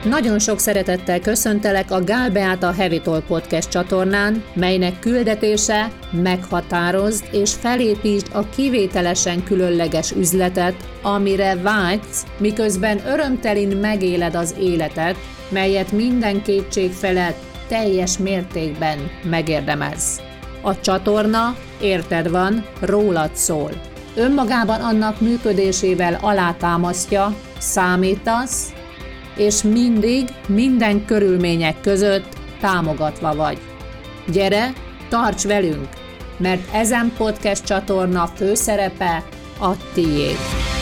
Nagyon sok szeretettel köszöntelek a Gál Beáta Heavy Talk Podcast csatornán, melynek küldetése meghatározd és felépítsd a kivételesen különleges üzletet, amire vágysz, miközben örömtelin megéled az életet, melyet minden kétség felett teljes mértékben megérdemelsz. A csatorna, érted van, rólad szól. Önmagában annak működésével alátámasztja, számítasz, és mindig, minden körülmények között támogatva vagy. Gyere, tarts velünk, mert ezen podcast csatorna főszerepe a tiéd.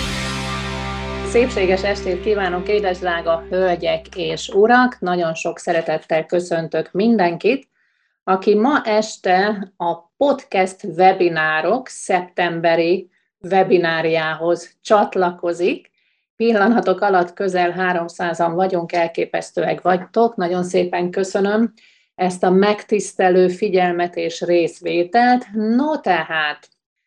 Szépséges estét kívánok, édesdrága hölgyek és urak! Nagyon sok szeretettel köszöntök mindenkit, aki ma este a podcast webinárok szeptemberi webinárjához csatlakozik. Pillanatok alatt közel 300-an vagyunk, elképesztőek vagytok. Nagyon szépen köszönöm ezt a megtisztelő figyelmet és részvételt. No tehát,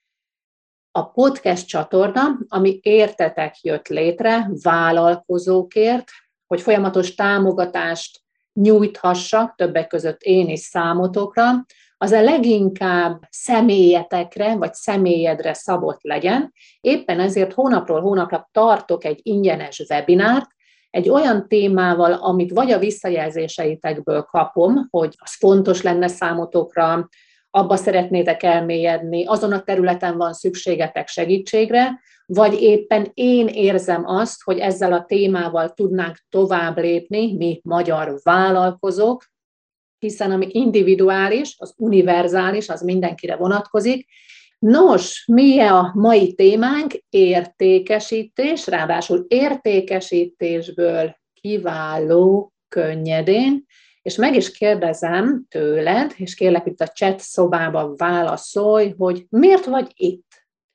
a podcast csatorna, ami értetek jött létre, vállalkozókért, hogy folyamatos támogatást nyújthassak, többek között én is számotokra, az a leginkább személyetekre, vagy személyedre szabott legyen. Éppen ezért hónapról hónapra tartok egy ingyenes webinárt, egy olyan témával, amit vagy a visszajelzéseitekből kapom, hogy az fontos lenne számotokra, abba szeretnétek elmélyedni, azon a területen van szükségetek segítségre, vagy éppen én érzem azt, hogy ezzel a témával tudnánk tovább lépni, mi magyar vállalkozók, hiszen ami individuális, az univerzális, az mindenkire vonatkozik. Nos, mi a mai témánk? Értékesítés, ráadásul értékesítésből kiváló könnyedén, és meg is kérdezem tőled, és kérlek itt a chat szobában válaszolj, hogy miért vagy itt?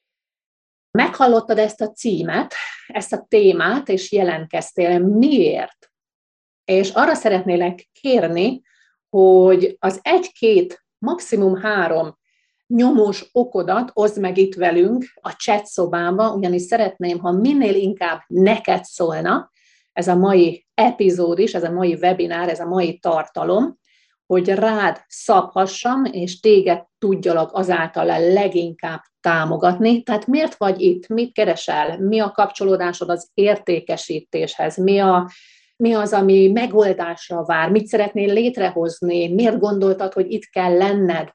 Meghallottad ezt a címet, ezt a témát, és jelentkeztél, miért? És arra szeretnélek kérni, hogy az 1-2, maximum 3 nyomós okodat oszd meg itt velünk a chat szobába, ugyanis szeretném, ha minél inkább neked szólna ez a mai epizód is, ez a mai webinár, ez a mai tartalom, hogy rád szabhassam, és téged tudjalak azáltal leginkább támogatni. Tehát miért vagy itt? Mit keresel? Mi a kapcsolódásod az értékesítéshez? Mi az, ami megoldásra vár? Mit szeretnél létrehozni? Miért gondoltad, hogy itt kell lenned?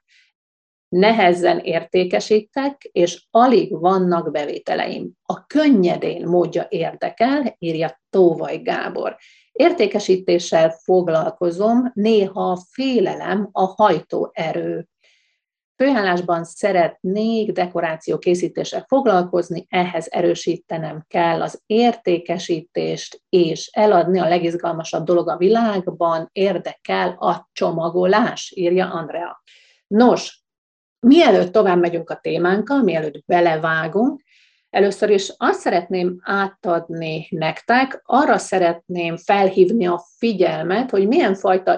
Nehezen értékesítek, és alig vannak bevételeim. A könnyedén módja érdekel, írja Tóvaj Gábor. Értékesítéssel foglalkozom, néha a félelem a hajtóerő. Főállásban szeretnék dekoráció készítéssel foglalkozni, ehhez erősítenem kell az értékesítést, és eladni a legizgalmasabb dolog a világban, érdekel a csomagolás, írja Andrea. Nos, mielőtt tovább megyünk a témánkkal, mielőtt belevágunk, először is azt szeretném átadni nektek, arra szeretném felhívni a figyelmet, hogy milyen fajta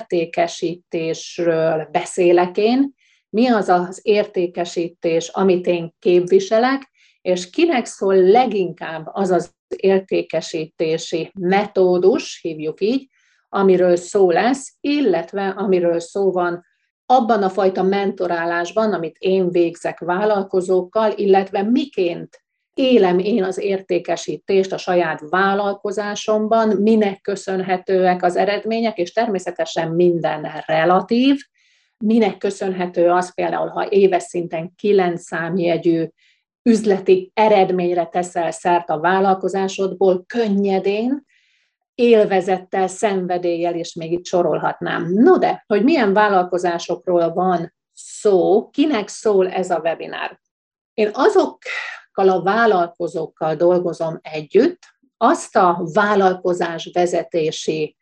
értékesítésről beszélek én, mi az az értékesítés, amit én képviselek, és kinek szól leginkább az az értékesítési metódus, hívjuk így, amiről szó lesz, illetve amiről szó van abban a fajta mentorálásban, amit én végzek vállalkozókkal, illetve miként élem én az értékesítést a saját vállalkozásomban, minek köszönhetőek az eredmények, és természetesen minden relatív, minek köszönhető az például, ha éves szinten 9 számjegyű üzleti eredményre teszel szert a vállalkozásodból könnyedén, élvezettel, szenvedéllyel, és még itt sorolhatnám. No de, hogy milyen vállalkozásokról van szó, kinek szól ez a webinár? Én azokkal a vállalkozókkal dolgozom együtt, azt a vállalkozás vezetési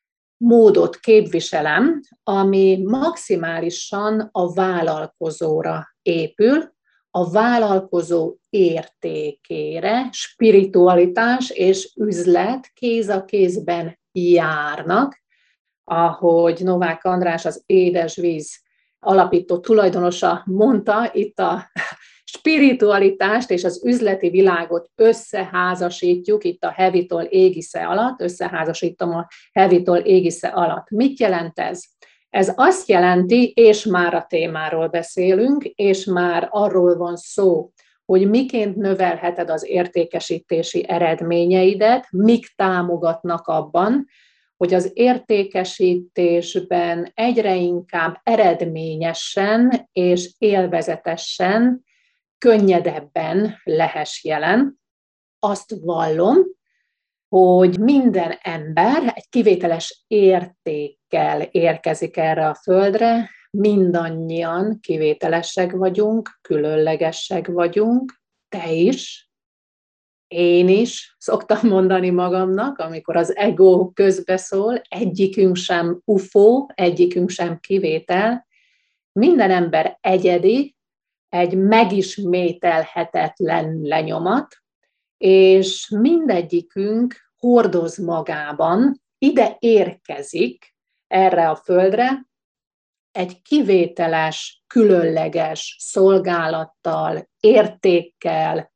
módot képviselem, ami maximálisan a vállalkozóra épül, a vállalkozó értékére, spiritualitás és üzlet kéz a kézben járnak, ahogy Novák András, az Édesvíz alapító tulajdonosa mondta itt a spiritualitást és az üzleti világot összeházasítjuk itt a Heavy-tól égisze alatt, összeházasítom a Heavy-tól égisze alatt. Mit jelent ez? Ez azt jelenti, és már a témáról beszélünk, és már arról van szó, hogy miként növelheted az értékesítési eredményeidet, mik támogatnak abban, hogy az értékesítésben egyre inkább eredményesen és élvezetesen, könnyedebben lehess jelen. Azt vallom, hogy minden ember egy kivételes értékkel érkezik erre a földre, mindannyian kivételesek vagyunk, különlegesek vagyunk, te is, én is, szoktam mondani magamnak, amikor az ego közbeszól, egyikünk sem UFO, egyikünk sem kivétel, minden ember egyedi, egy megismételhetetlen lenyomat, és mindegyikünk hordoz magában, ide érkezik erre a földre, egy kivételes, különleges szolgálattal, értékkel,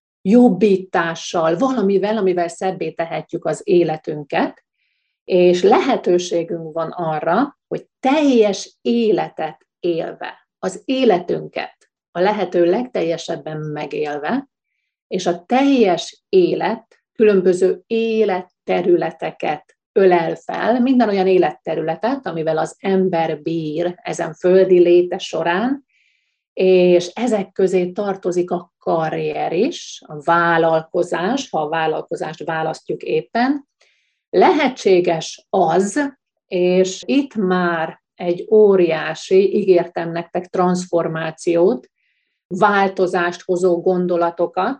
jobbítással, valamivel, amivel szebbé tehetjük az életünket, és lehetőségünk van arra, hogy teljes életet élve, az életünket a lehető legteljesebben megélve, és a teljes élet különböző életterületeket ölel fel, minden olyan életterületet, amivel az ember bír ezen földi léte során, és ezek közé tartozik a karrier is, a vállalkozás, ha a vállalkozást választjuk éppen. Lehetséges az, és itt már egy óriási, ígértem nektek transformációt, változást hozó gondolatokat,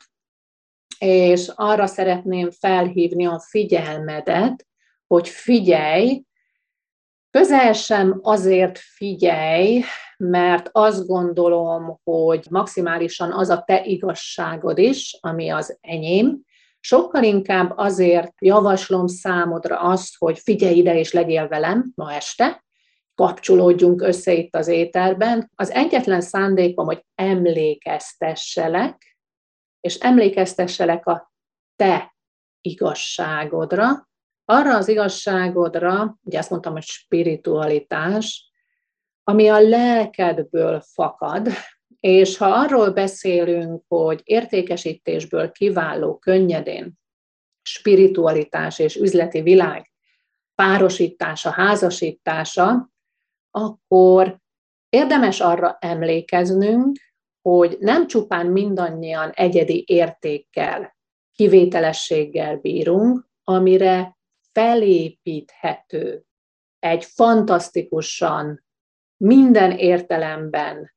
és arra szeretném felhívni a figyelmedet, hogy figyelj, közel sem azért figyelj, mert azt gondolom, hogy maximálisan az a te igazságod is, ami az enyém. Sokkal inkább azért javaslom számodra azt, hogy figyelj ide és legyél velem ma este, kapcsolódjunk össze itt az éterben. Az egyetlen szándékom, hogy emlékeztesselek, és emlékeztesselek a te igazságodra, arra az igazságodra, ugye azt mondtam, hogy spiritualitás, ami a lelkedből fakad, és ha arról beszélünk, hogy értékesítésből kiváló, könnyedén spiritualitás és üzleti világ párosítása, házasítása, akkor érdemes arra emlékeznünk, hogy nem csupán mindannyian egyedi értékkel, kivételességgel bírunk, amire felépíthető egy fantasztikusan, minden értelemben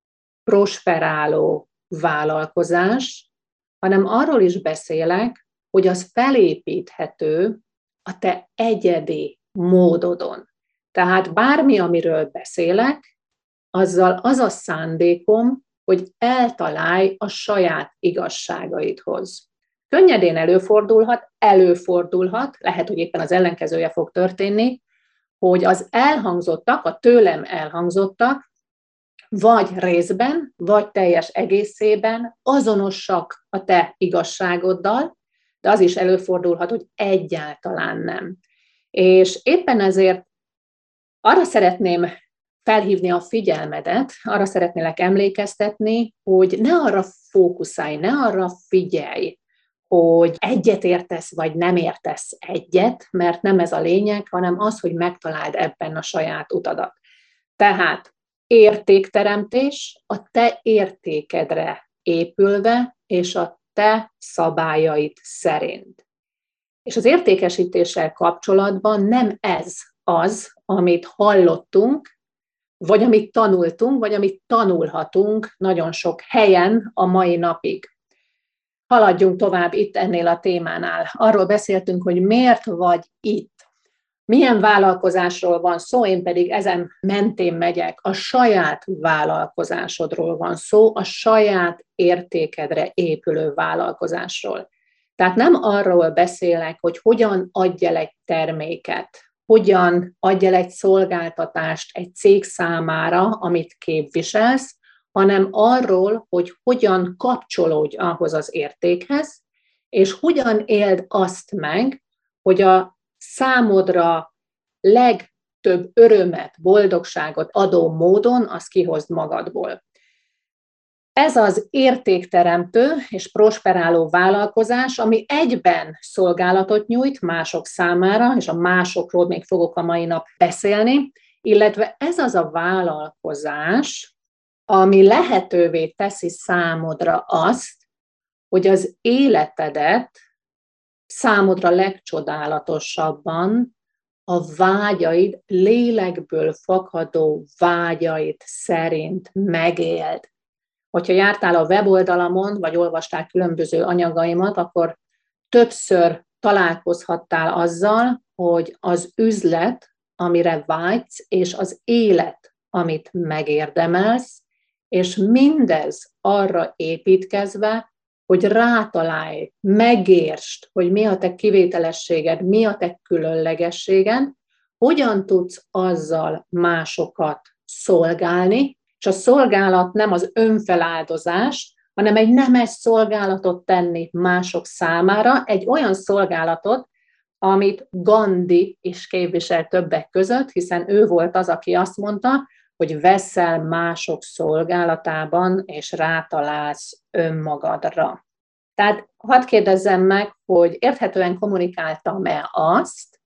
prosperáló vállalkozás, hanem arról is beszélek, hogy az felépíthető a te egyedi módodon. Tehát bármi, amiről beszélek, azzal az a szándékom, hogy eltalálj a saját igazságaidhoz. Könnyedén előfordulhat, lehet, hogy éppen az ellenkezője fog történni, hogy az elhangzottak, a tőlem elhangzottak, vagy részben, vagy teljes egészében azonosak a te igazságoddal, de az is előfordulhat, hogy egyáltalán nem. És éppen ezért arra szeretném felhívni a figyelmedet, arra szeretnélek emlékeztetni, hogy ne arra fókuszálj, ne arra figyelj, hogy egyet értesz, vagy nem értesz egyet, mert nem ez a lényeg, hanem az, hogy megtaláld ebben a saját utadat. Tehát értékteremtés a te értékedre épülve, és a te szabályaid szerint. És az értékesítéssel kapcsolatban nem ez az, amit hallottunk, vagy amit tanultunk, vagy amit tanulhatunk nagyon sok helyen a mai napig. Haladjunk tovább itt ennél a témánál. Arról beszéltünk, hogy miért vagy itt. Milyen vállalkozásról van szó, én pedig ezen mentén megyek. A saját vállalkozásodról van szó, a saját értékedre épülő vállalkozásról. Tehát nem arról beszélek, hogy hogyan adj el egy terméket, hogyan adj el egy szolgáltatást egy cég számára, amit képviselsz, hanem arról, hogy hogyan kapcsolódj ahhoz az értékhez, és hogyan éld azt meg, hogy a számodra legtöbb örömet, boldogságot adó módon azt kihozd magadból. Ez az értékteremtő és prosperáló vállalkozás, ami egyben szolgálatot nyújt mások számára, és a másokról még fogok a mai nap beszélni, illetve ez az a vállalkozás, ami lehetővé teszi számodra azt, hogy az életedet számodra legcsodálatosabban a vágyaid, lélekből fakadó vágyaid szerint megéld. Hogyha jártál a weboldalamon, vagy olvastál különböző anyagaimat, akkor többször találkozhattál azzal, hogy az üzlet, amire vágysz, és az élet, amit megérdemelsz, és mindez arra építkezve, hogy rátalálj, megértsd, hogy mi a te kivételességed, mi a te különlegességed, hogyan tudsz azzal másokat szolgálni, és a szolgálat nem az önfeláldozás, hanem egy nemes szolgálatot tenni mások számára, egy olyan szolgálatot, amit Gandhi is képvisel többek között, hiszen ő volt az, aki azt mondta, hogy veszel mások szolgálatában, és rátalálsz önmagadra. Tehát hadd kérdezzem meg, hogy érthetően kommunikáltam-e azt,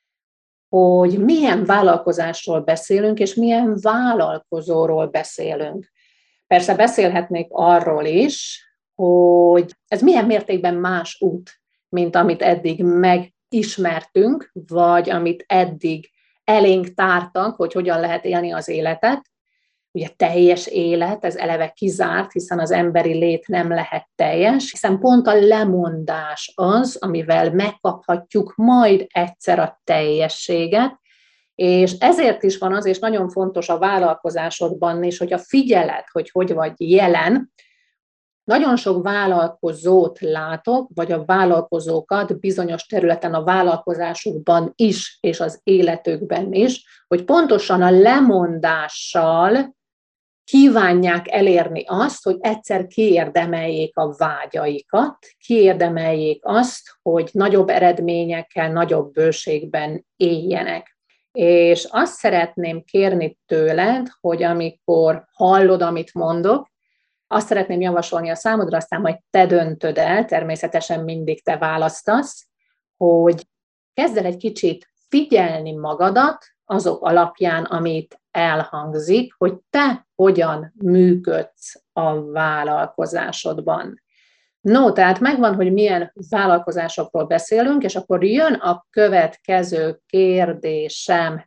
hogy milyen vállalkozásról beszélünk, és milyen vállalkozóról beszélünk. Persze beszélhetnék arról is, hogy ez milyen mértékben más út, mint amit eddig megismertünk, vagy amit eddig elénk tártak, hogy hogyan lehet élni az életet. Ugye teljes élet, ez eleve kizárt, hiszen az emberi lét nem lehet teljes, hiszen pont a lemondás az, amivel megkaphatjuk majd egyszer a teljességet, és ezért is van az, és nagyon fontos a vállalkozásodban is, hogy a figyeled, hogy vagy jelen. Nagyon sok vállalkozót látok, vagy a vállalkozókat bizonyos területen a vállalkozásukban is, és az életükben is, hogy pontosan a lemondással kívánják elérni azt, hogy egyszer kiérdemeljék a vágyaikat, kiérdemeljék azt, hogy nagyobb eredményekkel, nagyobb bőségben éljenek. És azt szeretném kérni tőled, hogy amikor hallod, amit mondok, azt szeretném javasolni a számodra, aztán majd te döntöd el, természetesen mindig te választasz, hogy kezd el egy kicsit figyelni magadat azok alapján, amit elhangzik, hogy te hogyan működsz a vállalkozásodban. No, tehát megvan, hogy milyen vállalkozásokról beszélünk, és akkor jön a következő kérdésem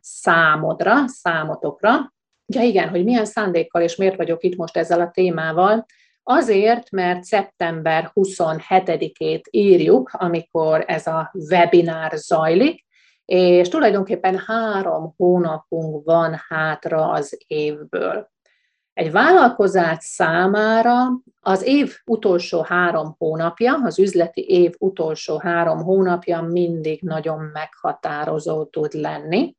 számotokra. Ja igen, hogy milyen szándékkal és miért vagyok itt most ezzel a témával. Azért, mert szeptember 27-ét írjuk, amikor ez a webinár zajlik, és tulajdonképpen 3 hónapunk van hátra az évből. Egy vállalkozás számára az év utolsó 3 hónapja, az üzleti év utolsó 3 hónapja mindig nagyon meghatározó tud lenni.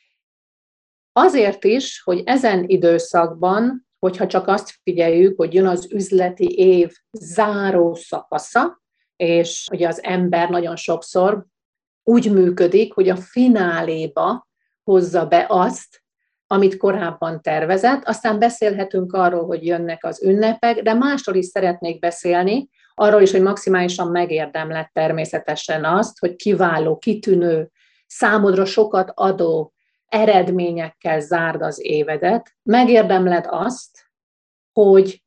Azért is, hogy ezen időszakban, hogyha csak azt figyeljük, hogy jön az üzleti év záró szakasza, és ugye az ember nagyon sokszor úgy működik, hogy a fináléba hozza be azt, amit korábban tervezett, aztán beszélhetünk arról, hogy jönnek az ünnepek, de másról is szeretnék beszélni, arról is, hogy maximálisan megérdemled természetesen azt, hogy kiváló, kitűnő, számodra sokat adó eredményekkel zárd az évedet. Megérdemled azt, hogy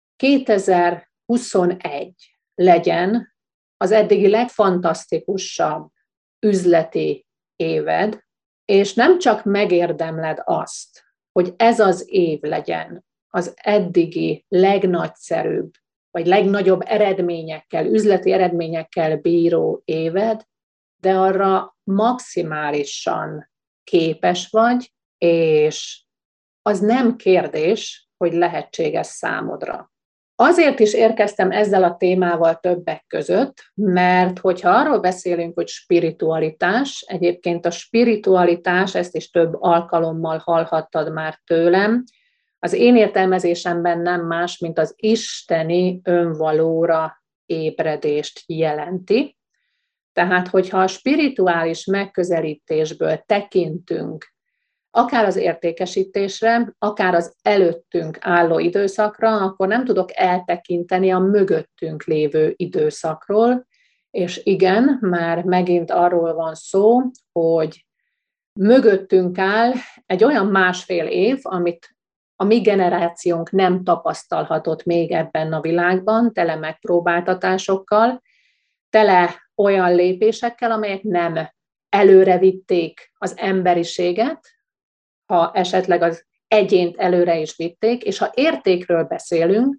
2021 legyen az eddigi legfantasztikusabb üzleti éved, és nem csak megérdemled azt, hogy ez az év legyen az eddigi legnagyszerűbb, vagy legnagyobb eredményekkel, üzleti eredményekkel bíró éved, de arra maximálisan képes vagy, és az nem kérdés, hogy lehetséges számodra. Azért is érkeztem ezzel a témával többek között, mert hogyha arról beszélünk, hogy spiritualitás, egyébként a spiritualitás, ezt is több alkalommal hallhattad már tőlem, Az én értelmezésemben nem más, mint az isteni önvalóra ébredést jelenti. Tehát, hogyha a spirituális megközelítésből tekintünk akár az értékesítésre, akár az előttünk álló időszakra, akkor nem tudok eltekinteni a mögöttünk lévő időszakról, és igen, már megint arról van szó, hogy mögöttünk áll egy olyan 1,5 év, amit a mi generációnk nem tapasztalhatott még ebben a világban, tele megpróbáltatásokkal, tele olyan lépésekkel, amelyek nem előre vitték az emberiséget, ha esetleg az egyént előre is vitték, és ha értékről beszélünk,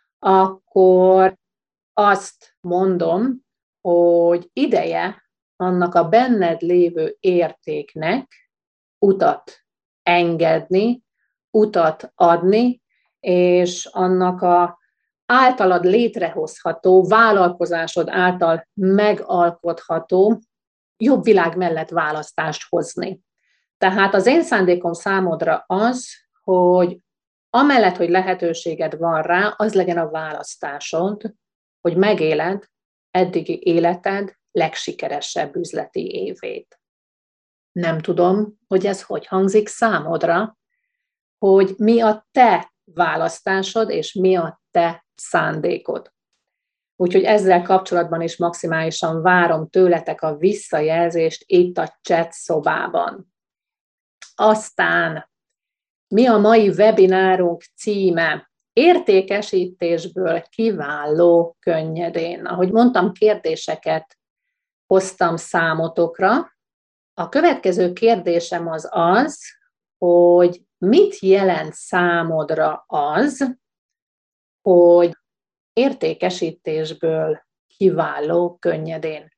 akkor azt mondom, hogy ideje annak a benned lévő értéknek utat engedni, utat adni, és annak a általad létrehozható, vállalkozásod által megalkotható jobb világ mellett választást hozni. Tehát az én szándékom számodra az, hogy amellett, hogy lehetőséged van rá, az legyen a választásod, hogy megéled eddigi életed legsikeresebb üzleti évét. Nem tudom, hogy ez hogy hangzik számodra, hogy mi a te választásod, és mi a te szándékod. Úgyhogy ezzel kapcsolatban is maximálisan várom tőletek a visszajelzést itt a chat szobában. Aztán, mi a mai webinárunk címe? Értékesítésből kiváló könnyedén. Ahogy mondtam, kérdéseket hoztam számotokra. A következő kérdésem az, hogy mit jelent számodra az, hogy értékesítésből kiváló könnyedén.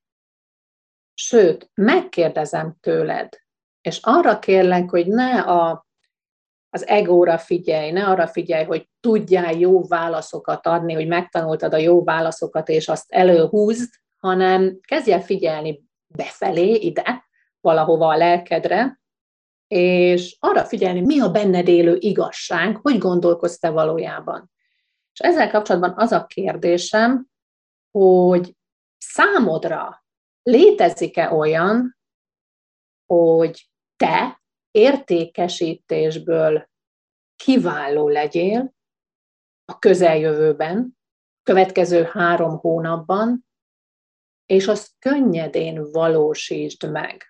Sőt, megkérdezem tőled, és arra kérlek, hogy ne az egóra figyelj, ne arra figyelj, hogy tudjál jó válaszokat adni, hogy megtanultad a jó válaszokat, és azt előhúzd, hanem kezdj el figyelni befelé, ide, valahova a lelkedre, és arra figyelni, mi a benned élő igazság, hogy gondolkozz te valójában. És ezzel kapcsolatban az a kérdésem, hogy számodra létezik-e olyan, hogy te értékesítésből kiváló legyél a közeljövőben, következő 3 hónapban, és azt könnyedén valósítsd meg.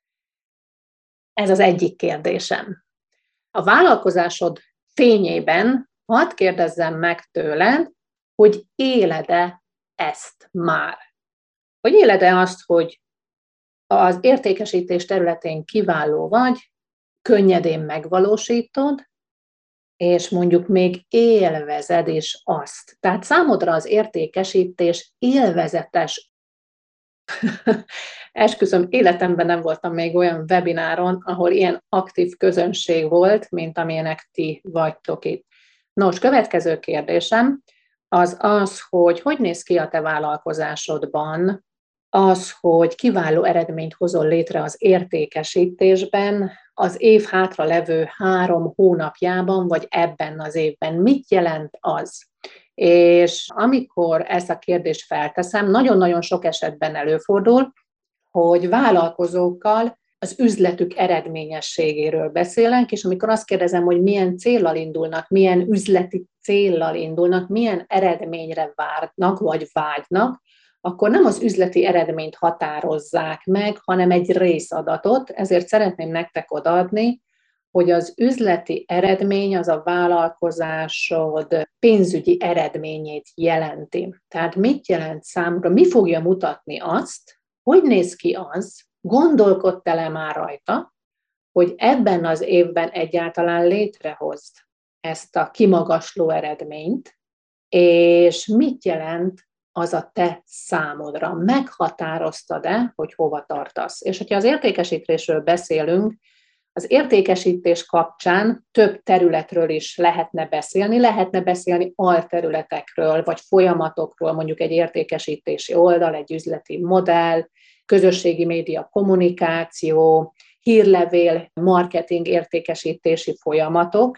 Ez az egyik kérdésem. A vállalkozásod fényében hadd kérdezzem meg tőled, hogy éled-e ezt már? Hogy éled-e azt, hogy az értékesítés területén kiváló vagy, könnyedén megvalósítod, és mondjuk még élvezed is azt. Tehát számodra az értékesítés élvezetes. Esküszöm, életemben nem voltam még olyan webináron, ahol ilyen aktív közönség volt, mint amilyenek ti vagytok itt. Nos, következő kérdésem az, hogy néz ki a te vállalkozásodban az, hogy kiváló eredményt hozol létre az értékesítésben, az év hátra levő 3 hónapjában, vagy ebben az évben. Mit jelent az? És amikor ezt a kérdést felteszem, nagyon-nagyon sok esetben előfordul, hogy vállalkozókkal az üzletük eredményességéről beszélünk, és amikor azt kérdezem, hogy milyen céllal indulnak, milyen üzleti céllal indulnak, milyen eredményre várnak, vagy vágynak, akkor nem az üzleti eredményt határozzák meg, hanem egy részadatot, ezért szeretném nektek odaadni, hogy az üzleti eredmény az a vállalkozásod pénzügyi eredményét jelenti. Tehát mit jelent számomra, mi fogja mutatni azt, hogy néz ki az, gondolkodtál-e már rajta, hogy ebben az évben egyáltalán létrehozd ezt a kimagasló eredményt, és mit jelent az a te számodra? Meghatároztad-e, hogy hova tartasz? És hogyha az értékesítésről beszélünk, az értékesítés kapcsán több területről is lehetne beszélni alterületekről, vagy folyamatokról, mondjuk egy értékesítési oldal, egy üzleti modell, közösségi média kommunikáció, hírlevél, marketing, értékesítési folyamatok,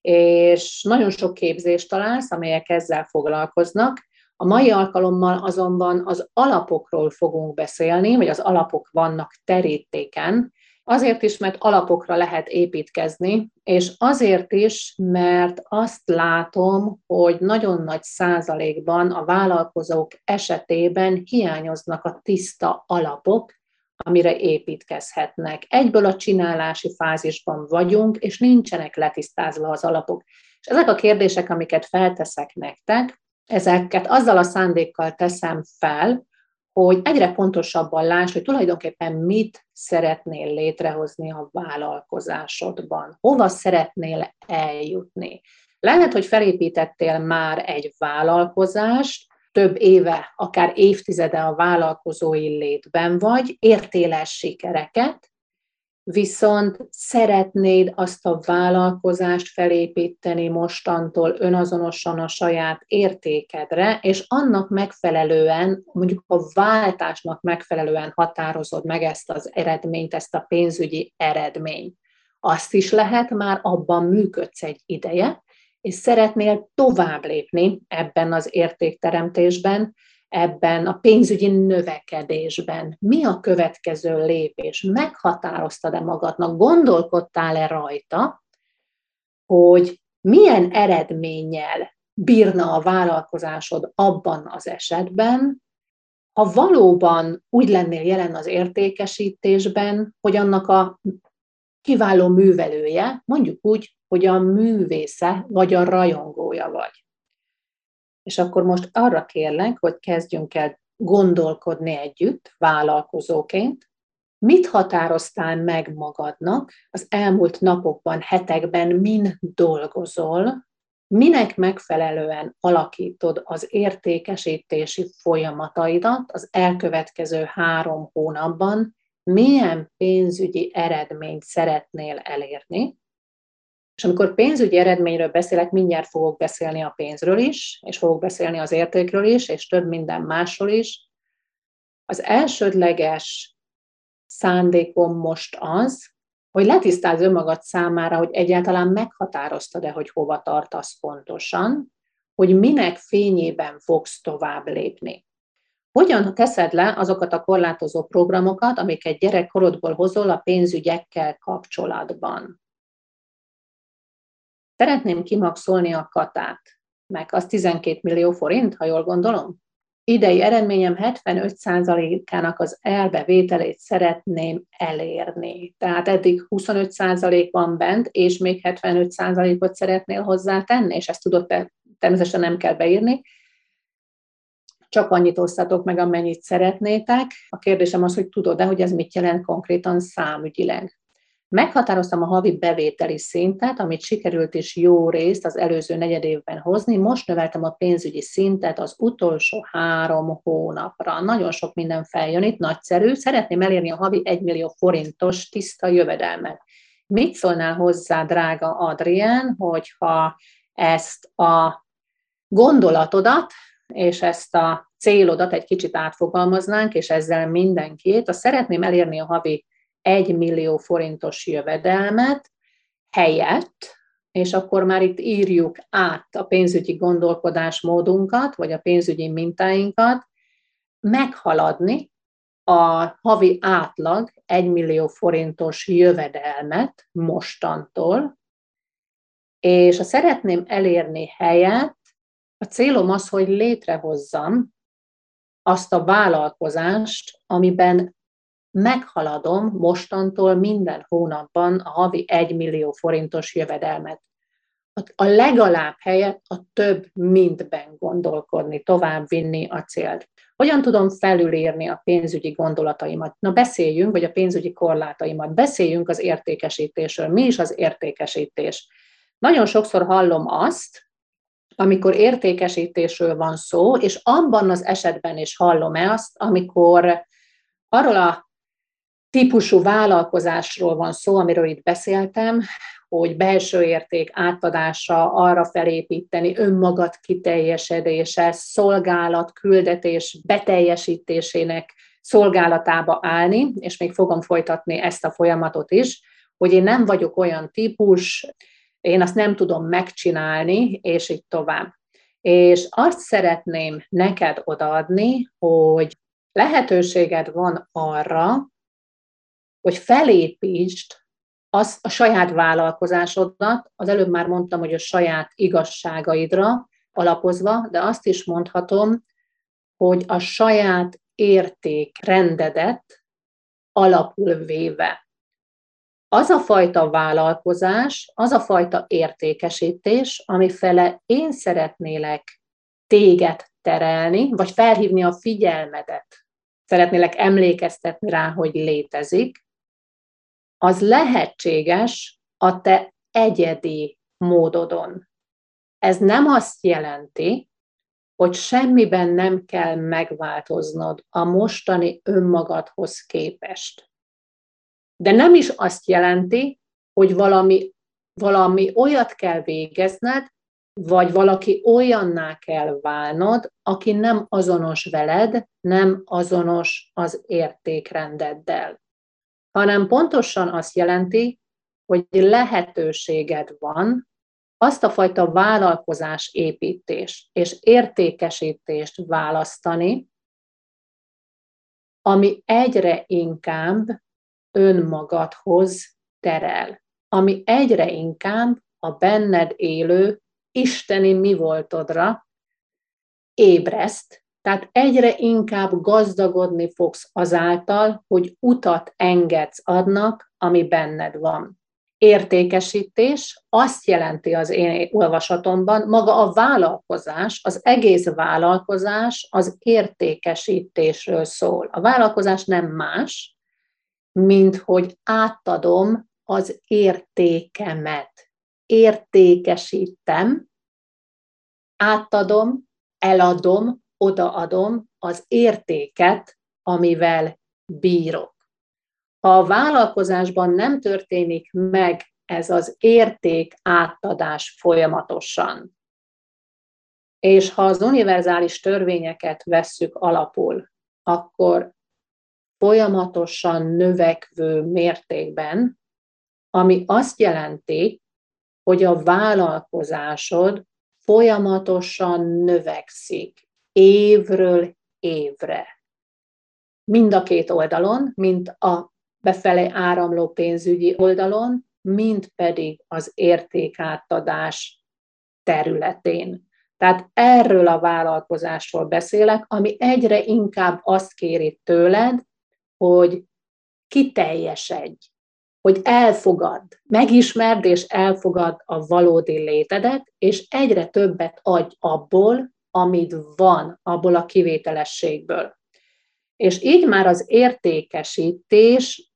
és nagyon sok képzést találsz, amelyek ezzel foglalkoznak. A mai alkalommal azonban az alapokról fogunk beszélni, vagy az alapok vannak terítéken, azért is, mert alapokra lehet építkezni, és azért is, mert azt látom, hogy nagyon nagy százalékban a vállalkozók esetében hiányoznak a tiszta alapok, amire építkezhetnek. Egyből a csinálási fázisban vagyunk, és nincsenek letisztázva az alapok. És ezek a kérdések, amiket felteszek nektek, ezeket azzal a szándékkal teszem fel, hogy egyre pontosabban láss, hogy tulajdonképpen mit szeretnél létrehozni a vállalkozásodban, hova szeretnél eljutni. Lehet, hogy felépítettél már egy vállalkozást, több éve, akár évtizede a vállalkozói létben vagy, értél el sikereket, viszont szeretnéd azt a vállalkozást felépíteni mostantól önazonosan a saját értékedre, és annak megfelelően, mondjuk a váltásnak megfelelően határozod meg ezt az eredményt, ezt a pénzügyi eredményt. Azt is lehet, már abban működsz egy ideje, és szeretnél tovább lépni ebben az értékteremtésben, ebben a pénzügyi növekedésben. Mi a következő lépés? Meghatároztad-e magadnak, gondolkodtál-e rajta, hogy milyen eredménnyel bírna a vállalkozásod abban az esetben, ha valóban úgy lennél jelen az értékesítésben, hogy annak a kiváló művelője, mondjuk úgy, hogy a művésze vagy a rajongója vagy. És akkor most arra kérlek, hogy kezdjünk el gondolkodni együtt, vállalkozóként. Mit határoztál meg magadnak az elmúlt napokban, hetekben, min dolgozol, minek megfelelően alakítod az értékesítési folyamataidat az elkövetkező 3 hónapban, milyen pénzügyi eredményt szeretnél elérni. És amikor pénzügyi eredményről beszélek, mindjárt fogok beszélni a pénzről is, és fogok beszélni az értékről is, és több minden másról is. Az elsődleges szándékom most az, hogy letisztázz önmagad számára, hogy egyáltalán meghatároztad-e, hogy hova tartasz pontosan, hogy minek fényében fogsz tovább lépni. Hogyan teszed le azokat a korlátozó programokat, amiket gyerekkorodból hozol a pénzügyekkel kapcsolatban. Szeretném kimaxolni a katát, meg az 12 millió forint, ha jól gondolom. Idei eredményem 75%-ának az elbevételét szeretném elérni. Tehát eddig 25% van bent, és még 75%-ot szeretnél hozzátenni, és ezt tudod, természetesen nem kell beírni. Csak annyit osztatok meg, amennyit szeretnétek. A kérdésem az, hogy tudod-e, hogy ez mit jelent konkrétan számügyileg. Meghatároztam a havi bevételi szintet, amit sikerült is jó részt az előző negyedévben hozni. Most növeltem a pénzügyi szintet az utolsó 3 hónapra. Nagyon sok minden feljön itt, nagyszerű. Szeretném elérni a havi 1 millió forintos tiszta jövedelmet. Mit szólnál hozzá, drága Adrián, hogyha ezt a gondolatodat és ezt a célodat egy kicsit átfogalmaznánk, és ezzel mindenkit, szeretném elérni a havi 1 millió forintos jövedelmet helyett, és akkor már itt írjuk át a pénzügyi gondolkodásmódunkat, vagy a pénzügyi mintáinkat, meghaladni a havi átlag 1 millió forintos jövedelmet mostantól, és szeretném elérni helyett, a célom az, hogy létrehozzam azt a vállalkozást, amiben meghaladom mostantól minden hónapban a havi 1 millió forintos jövedelmet. A legalább helyett a több mintben gondolkodni, tovább vinni a célt. Hogyan tudom felülírni a pénzügyi gondolataimat? Na beszéljünk, vagy a pénzügyi korlátaimat. Beszéljünk az értékesítésről. Mi is az értékesítés? Nagyon sokszor hallom azt, amikor értékesítésről van szó, és abban az esetben is hallom azt, amikor arról a típusú vállalkozásról van szó, amiről itt beszéltem, hogy belső érték átadása, arra felépíteni, önmagad kiteljesedése, szolgálat, küldetés beteljesítésének szolgálatába állni, és még fogom folytatni ezt a folyamatot is, hogy én nem vagyok olyan típus, én azt nem tudom megcsinálni, és így tovább. És azt szeretném neked odaadni, hogy lehetőséged van arra, hogy felépítsd a saját vállalkozásodat, az előbb már mondtam, hogy a saját igazságaidra alapozva, de azt is mondhatom, hogy a saját értékrendedet alapul véve. Az a fajta vállalkozás, az a fajta értékesítés, amifele én szeretnélek téged terelni, vagy felhívni a figyelmedet, szeretnélek emlékeztetni rá, hogy létezik, az lehetséges a te egyedi módodon. Ez nem azt jelenti, hogy semmiben nem kell megváltoznod a mostani önmagadhoz képest. De nem is azt jelenti, hogy valami olyat kell végezned, vagy valaki olyanná kell válnod, aki nem azonos veled, nem azonos az értékrendeddel. Hanem pontosan azt jelenti, hogy lehetőséged van azt a fajta vállalkozásépítést és értékesítést választani, ami egyre inkább önmagadhoz terel, ami egyre inkább a benned élő isteni mi voltodra ébreszt, tehát egyre inkább gazdagodni fogsz azáltal, hogy utat engedsz annak, ami benned van. Értékesítés azt jelenti az én olvasatomban, maga a vállalkozás, az egész vállalkozás az értékesítésről szól. A vállalkozás nem más, mint hogy átadom az értékemet. Értékesítem, átadom, eladom, odaadom az értéket, amivel bírok. Ha a vállalkozásban nem történik meg ez az érték átadás folyamatosan, és ha az univerzális törvényeket vesszük alapul, akkor folyamatosan növekvő mértékben, ami azt jelenti, hogy a vállalkozásod folyamatosan növekszik évről évre. Mind a két oldalon, mind a befele áramló pénzügyi oldalon, mind pedig az értékátadás területén. Tehát erről a vállalkozásról beszélek, ami egyre inkább azt kéri tőled, hogy kiteljesedj, hogy elfogadd, megismerd és elfogadd a valódi létedet, és egyre többet adj abból, amit van, abból a kivételességből. És így már az értékesítés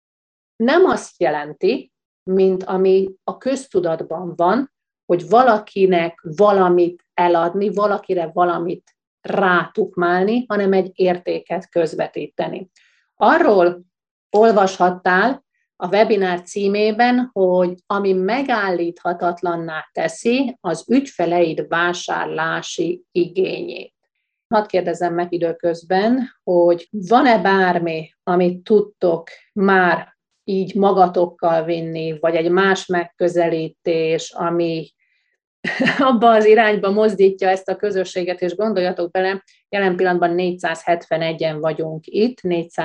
nem azt jelenti, mint ami a köztudatban van, hogy valakinek valamit eladni, valakire valamit rátukmálni, hanem egy értéket közvetíteni. Arról olvashattál a webinár címében, hogy ami megállíthatatlanná teszi az ügyfeleid vásárlási igényét. Hadd kérdezzem meg időközben, hogy van-e bármi, amit tudtok már így magatokkal vinni, vagy egy más megközelítés, ami abba az irányba mozdítja ezt a közösséget, és gondoljatok bele, jelen pillanatban 471-en vagyunk itt,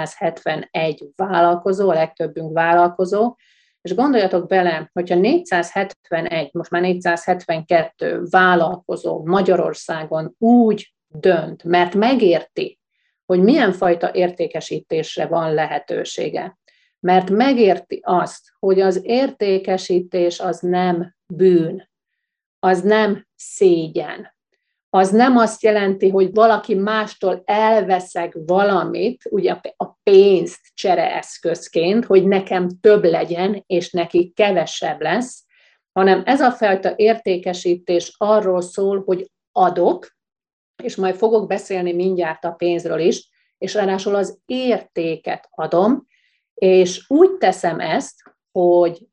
471 vállalkozó, a legtöbbünk vállalkozó, és gondoljatok bele, hogyha 471, most már 472 vállalkozó Magyarországon úgy dönt, mert megérti, hogy milyen fajta értékesítésre van lehetősége, mert megérti azt, hogy az értékesítés az nem bűn, az nem szégyen. Az nem azt jelenti, hogy valaki mástól elveszek valamit, ugye a pénzt csereeszközként, hogy nekem több legyen, és neki kevesebb lesz, hanem ez a fajta értékesítés arról szól, hogy adok, és majd fogok beszélni mindjárt a pénzről is, és ráadásul az értéket adom, és úgy teszem ezt, hogy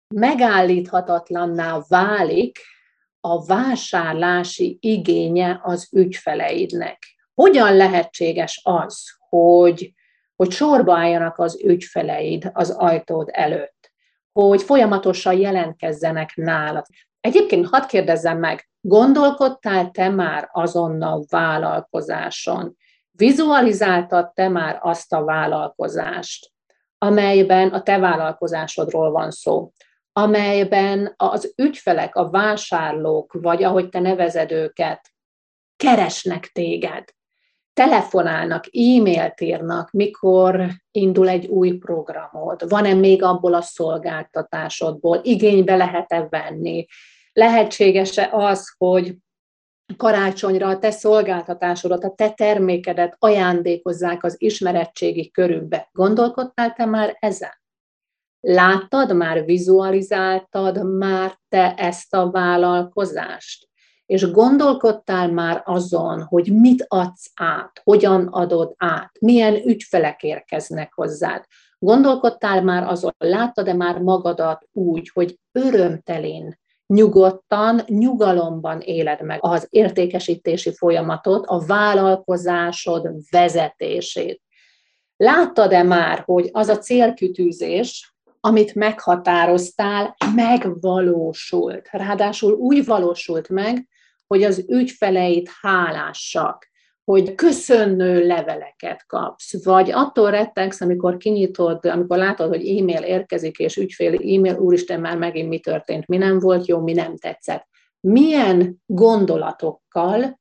megállíthatatlanná válik a vásárlási igénye az ügyfeleidnek. Hogyan lehetséges az, hogy sorba álljanak az ügyfeleid az ajtód előtt? hogy folyamatosan jelentkezzenek nálad. Egyébként hadd kérdezzem meg, gondolkodtál te már azon a vállalkozáson? Vizualizáltad te már azt a vállalkozást, amelyben a te vállalkozásodról van szó, amelyben az ügyfelek, a vásárlók, vagy ahogy te nevezed őket, keresnek téged, telefonálnak, e-mailt írnak, mikor indul egy új programod, van-e még abból a szolgáltatásodból, igénybe lehet-e venni, lehetséges-e az, hogy karácsonyra a te szolgáltatásodat, a te termékedet ajándékozzák az ismeretségi körükbe. Gondolkodtál te már ezen? Láttad már, vizualizáltad már te ezt a vállalkozást? És gondolkodtál már azon, hogy mit adsz át, hogyan adod át, milyen ügyfelek érkeznek hozzád? Gondolkodtál már azon, láttad-e már magadat úgy, hogy örömtelén, nyugodtan, nyugalomban éled meg az értékesítési folyamatot, a vállalkozásod vezetését? Láttad-e már, hogy az a célkitűzés, amit meghatároztál, megvalósult? Ráadásul úgy valósult meg, hogy az ügyfeleid hálásak, hogy köszönő leveleket kapsz, vagy attól rettegsz, amikor kinyitod, amikor látod, hogy e-mail érkezik, és ügyféli e-mail, úristen, már megint mi történt, mi nem volt jó, mi nem tetszett. Milyen gondolatokkal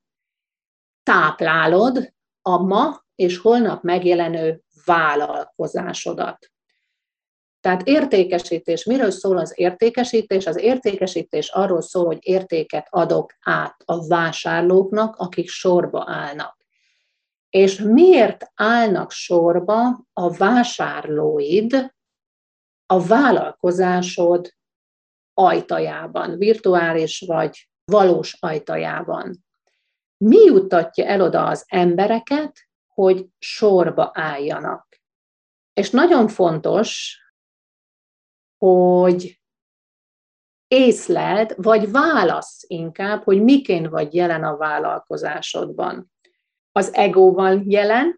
táplálod a ma és holnap megjelenő vállalkozásodat? Tehát értékesítés. Miről szól az értékesítés? Az értékesítés arról szól, hogy értéket adok át a vásárlóknak, akik sorba állnak. És miért állnak sorba a vásárlóid a vállalkozásod ajtajában, virtuális vagy valós ajtajában? Mi juttatja el oda az embereket, hogy sorba álljanak? És nagyon fontos, hogy észleld, vagy válasz inkább, hogy miként vagy jelen a vállalkozásodban. Az egóval jelen,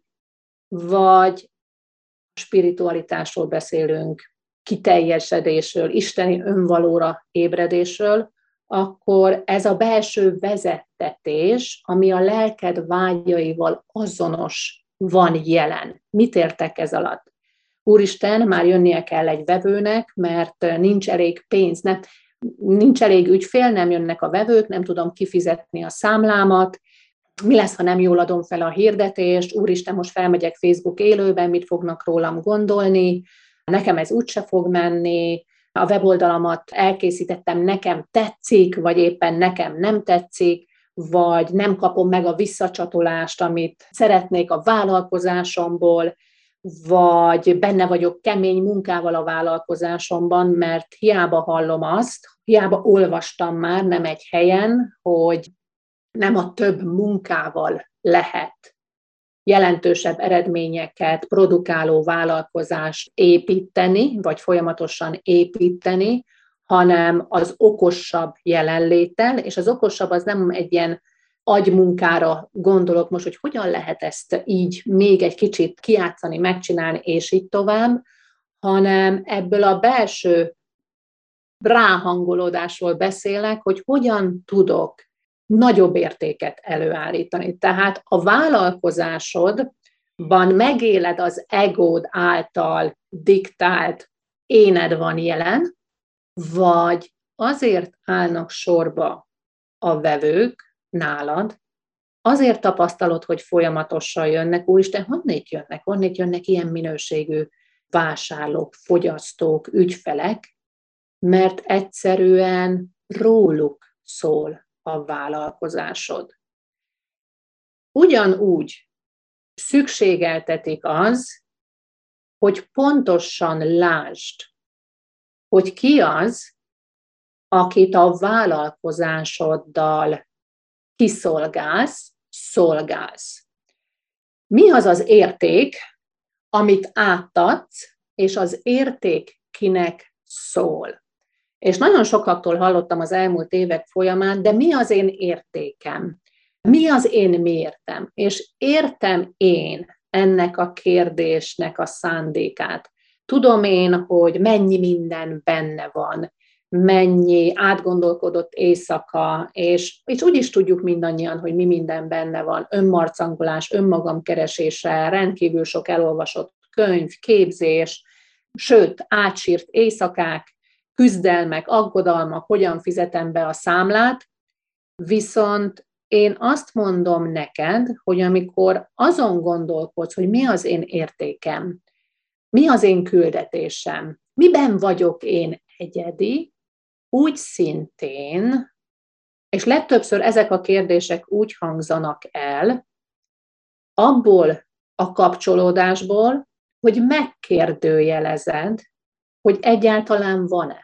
vagy spiritualitásról beszélünk, kiteljesedésről, isteni önvalóra ébredésről, akkor ez a belső vezettetés, ami a lelked vágyaival azonos, van jelen. Mit értek ez alatt? Úristen, már jönnie kell egy vevőnek, mert nincs elég pénz, nincs elég ügyfél, nem jönnek a vevők, nem tudom kifizetni a számlámat, mi lesz, ha nem jól adom fel a hirdetést, úristen, most felmegyek Facebook élőben, mit fognak rólam gondolni, nekem ez úgyse fog menni, a weboldalamat elkészítettem, nekem tetszik, vagy éppen nekem nem tetszik, vagy nem kapom meg a visszacsatolást, amit szeretnék a vállalkozásomból, vagy benne vagyok kemény munkával a vállalkozásomban, mert hiába hallom azt, hiába olvastam már nem egy helyen, hogy nem a több munkával lehet jelentősebb eredményeket produkáló vállalkozást építeni, vagy folyamatosan építeni, hanem az okosabb jelenléttel, és az okosabb az nem egy ilyen agymunkára gondolok most, hogy hogyan lehet ezt így még egy kicsit kijátszani, megcsinálni, és így tovább, hanem ebből a belső ráhangolódásról beszélek, hogy hogyan tudok nagyobb értéket előállítani. Tehát a vállalkozásodban megéled az egód által diktált éned van jelen, vagy azért állnak sorba a vevők nálad, azért tapasztalod, hogy folyamatosan jönnek, úristen, honnét jönnek ilyen minőségű vásárlók, fogyasztók, ügyfelek, mert egyszerűen róluk szól a vállalkozásod. Ugyanúgy szükségeltetik az, hogy pontosan lásd, hogy ki az, akit a vállalkozásoddal kiszolgálsz, szolgálsz. Mi az az érték, amit átadsz, és az érték kinek szól? És nagyon sokaktól hallottam az elmúlt évek folyamán, de mi az én értékem? Mi az én mértem? És értem én ennek a kérdésnek a szándékát? tudom én, hogy mennyi minden benne van, mennyi átgondolkodott éjszaka, és úgy is tudjuk mindannyian, hogy mi minden benne van, önmarcangolás, önmagamkeresése, rendkívül sok elolvasott könyv, képzés, sőt, átsírt éjszakák, küzdelmek, aggodalmak, hogyan fizetem be a számlát, viszont én azt mondom neked, hogy amikor azon gondolkodsz, hogy mi az én értékem, mi az én küldetésem, miben vagyok én egyedi, úgy szintén, és legtöbbször ezek a kérdések úgy hangzanak el, abból a kapcsolódásból, hogy megkérdőjelezed, hogy egyáltalán van-e,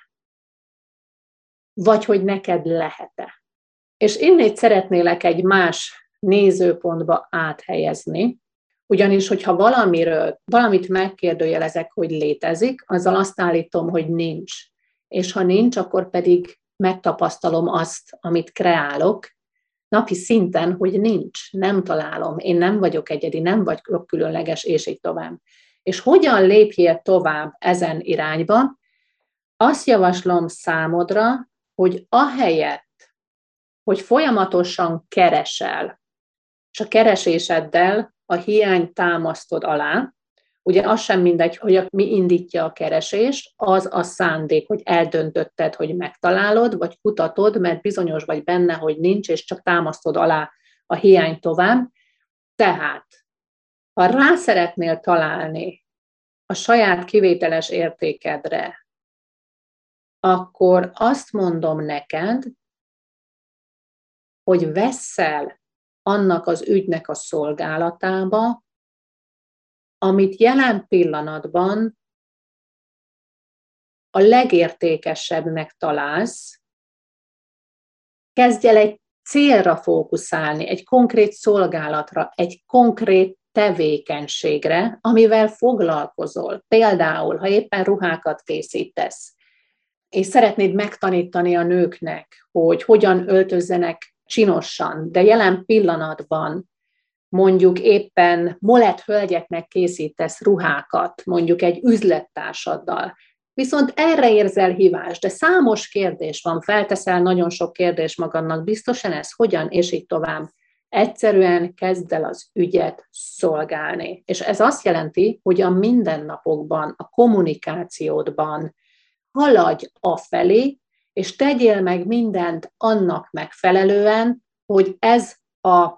vagy hogy neked lehet-e. És innét szeretnélek egy más nézőpontba áthelyezni, ugyanis, hogyha valamit megkérdőjelezek, hogy létezik, azzal azt állítom, hogy nincs. És ha nincs, akkor pedig megtapasztalom azt, amit kreálok, napi szinten, hogy nincs, nem találom, én nem vagyok egyedi, nem vagyok különleges, és így tovább. És hogyan lépjél tovább ezen irányba? Azt javaslom számodra, hogy ahelyett, hogy folyamatosan keresel, és a kereséseddel a hiányt támasztod alá, ugye az sem mindegy, hogy mi indítja a keresést, az a szándék, hogy eldöntötted, hogy megtalálod, vagy kutatod, mert bizonyos vagy benne, hogy nincs, és csak támasztod alá a hiányt tovább. Tehát, ha rá szeretnél találni a saját kivételes értékedre, akkor azt mondom neked, hogy vesszel annak az ügynek a szolgálatába, amit jelen pillanatban a legértékesebbnek találsz, kezdj el egy célra fókuszálni, egy konkrét szolgálatra, egy konkrét tevékenységre, amivel foglalkozol. Például, ha éppen ruhákat készítesz, és szeretnéd megtanítani a nőknek, hogy hogyan öltözzenek csinosan, de jelen pillanatban mondjuk éppen molett hölgyeknek készítesz ruhákat, mondjuk egy üzlettársaddal, viszont erre érzel hívást, de számos kérdés van, felteszel nagyon sok kérdés magadnak, biztosan ez hogyan, és így tovább. Egyszerűen kezd el az ügyet szolgálni. És ez azt jelenti, hogy a mindennapokban, a kommunikációdban haladj afelé, és tegyél meg mindent annak megfelelően, hogy ez a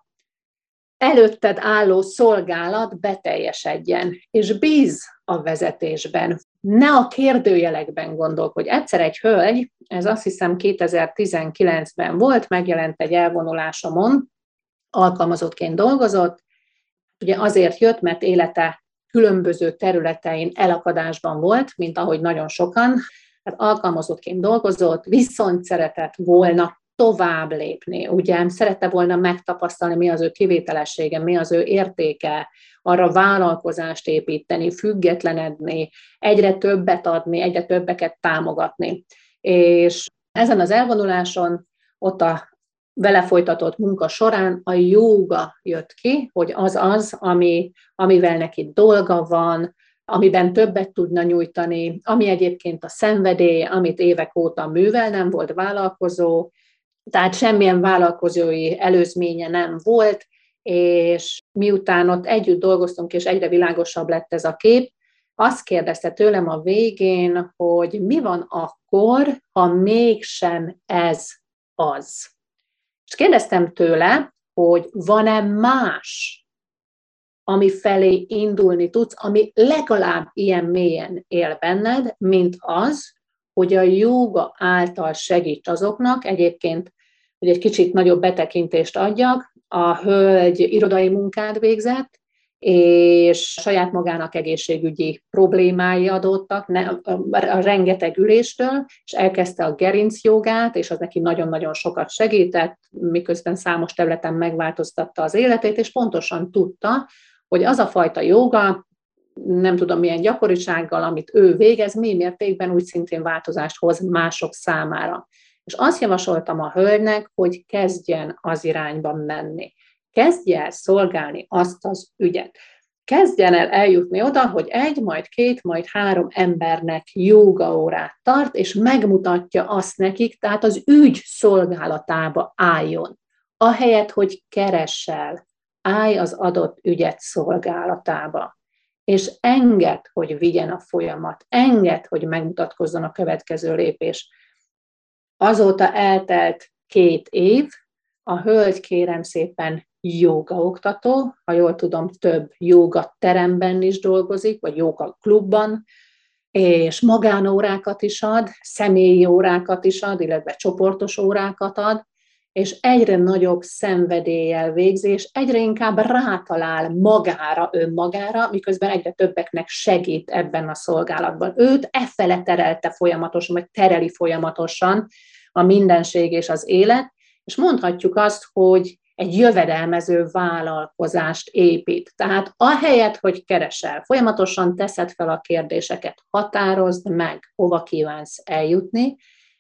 előtted álló szolgálat beteljesedjen, és bízz a vezetésben. Ne a kérdőjelekben gondolkodj. Egyszer egy hölgy, ez azt hiszem 2019-ben volt, megjelent egy elvonulásomon, alkalmazottként dolgozott, ugye azért jött, mert élete különböző területein elakadásban volt, mint ahogy nagyon sokan, hát alkalmazottként dolgozott, viszont szeretett volna tovább lépni, ugye szerette volna megtapasztalni, mi az ő kivételessége, mi az ő értéke, arra vállalkozást építeni, függetlenedni, egyre többet adni, egyre többeket támogatni. És ezen az elvonuláson, ott a vele folytatott munka során a jóga jött ki, hogy az, amivel neki dolga van, amiben többet tudna nyújtani, ami egyébként a szenvedély, amit évek óta művel, nem volt vállalkozó, tehát semmilyen vállalkozói előzménye nem volt, és miután ott együtt dolgoztunk, és egyre világosabb lett ez a kép, azt kérdezte tőlem a végén, hogy mi van akkor, ha mégsem ez az. És kérdeztem tőle, hogy van-e más, ami felé indulni tudsz, ami legalább ilyen mélyen él benned, mint az, hogy a jóga által segíts azoknak, egyébként, hogy egy kicsit nagyobb betekintést adjak, a hölgy irodai munkát végzett, és saját magának egészségügyi problémái adottak, a rengeteg üléstől, és elkezdte a gerincjogát, és az neki nagyon-nagyon sokat segített, miközben számos területen megváltoztatta az életét, és pontosan tudta, hogy az a fajta jóga, nem tudom milyen gyakorisággal, amit ő végez, mi mértékben úgy szintén változást hoz mások számára. És azt javasoltam a hölgynek, hogy kezdjen az irányban menni. Kezdje el szolgálni azt az ügyet. kezdjen el eljutni oda, hogy 1, majd 2, majd 3 embernek jógaórát tart, és megmutatja azt nekik, tehát az ügy szolgálatába álljon. Ahelyett, hogy keressel, állj az adott ügyet szolgálatába. És engedd, hogy vigyen a folyamat, engedd, hogy megmutatkozzon a következő lépés. Azóta eltelt 2 év, a hölgy kérem szépen jógaoktató, ha jól tudom, több jóga teremben is dolgozik, vagy jóga klubban, és magánórákat is ad, személyi órákat is ad, illetve csoportos órákat ad, és egyre nagyobb szenvedéllyel végzi, és egyre inkább rátalál magára, önmagára, miközben egyre többeknek segít ebben a szolgálatban. Őt effele terelte folyamatosan, vagy tereli folyamatosan a mindenség és az élet, és mondhatjuk azt, hogy egy jövedelmező vállalkozást épít. Tehát ahelyett, hogy keresel, folyamatosan teszed fel a kérdéseket, határozd meg, hova kívánsz eljutni,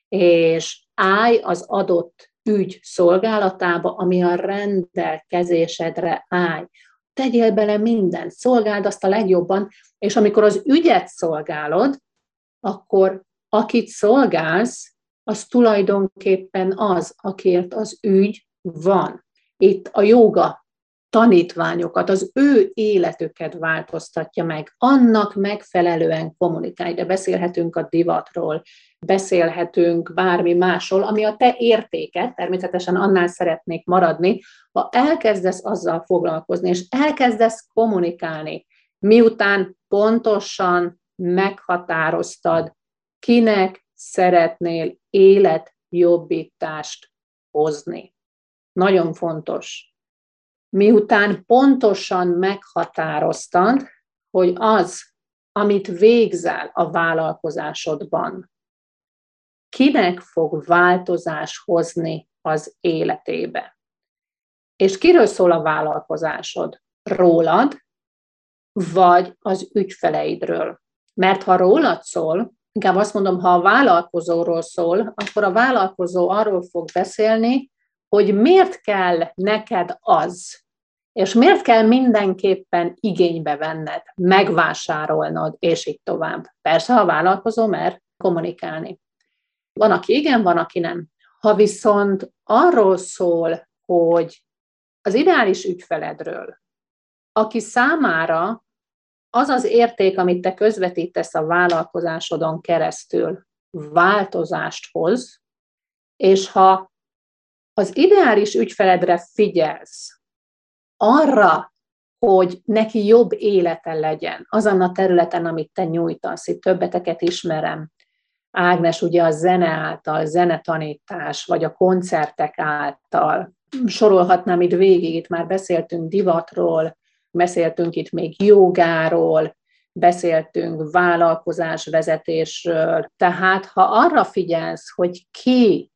és állj az adott ügy szolgálatába, ami a rendelkezésedre áll. Tegyél bele mindent, szolgáld azt a legjobban, és amikor az ügyet szolgálod, akkor akit szolgálsz, az tulajdonképpen az, akiért az ügy van. Itt a jóga tanítványokat, az ő életüket változtatja meg, annak megfelelően kommunikálj, de beszélhetünk a divatról, beszélhetünk bármi másról, ami a te értéket, természetesen annál szeretnék maradni, ha elkezdesz azzal foglalkozni, és elkezdesz kommunikálni, miután pontosan meghatároztad, kinek szeretnél életjobbítást hozni. Nagyon fontos. Miután pontosan meghatároztad, hogy az, amit végzel a vállalkozásodban, kinek fog változás hozni az életébe. És kiről szól a vállalkozásod? Rólad, vagy az ügyfeleidről? Mert ha rólad szól, inkább azt mondom, ha a vállalkozóról szól, akkor a vállalkozó arról fog beszélni, hogy miért kell neked az, és miért kell mindenképpen igénybe venned, megvásárolnod, és így tovább. Persze, ha a vállalkozó mer kommunikálni. Van, aki igen, van, aki nem. Ha viszont arról szól, hogy az ideális ügyfeledről, aki számára az az érték, amit te közvetítesz a vállalkozásodon keresztül, változást hoz, és ha az ideális ügyfeledre figyelsz, arra, hogy neki jobb élete legyen, azon a területen, amit te nyújtasz, itt többeteket ismerem, Ágnes ugye a zene által, zenetanítás, vagy a koncertek által, sorolhatnám itt végig, itt már beszéltünk divatról, beszéltünk itt még jogáról, beszéltünk vállalkozásvezetésről, tehát ha arra figyelsz, hogy ki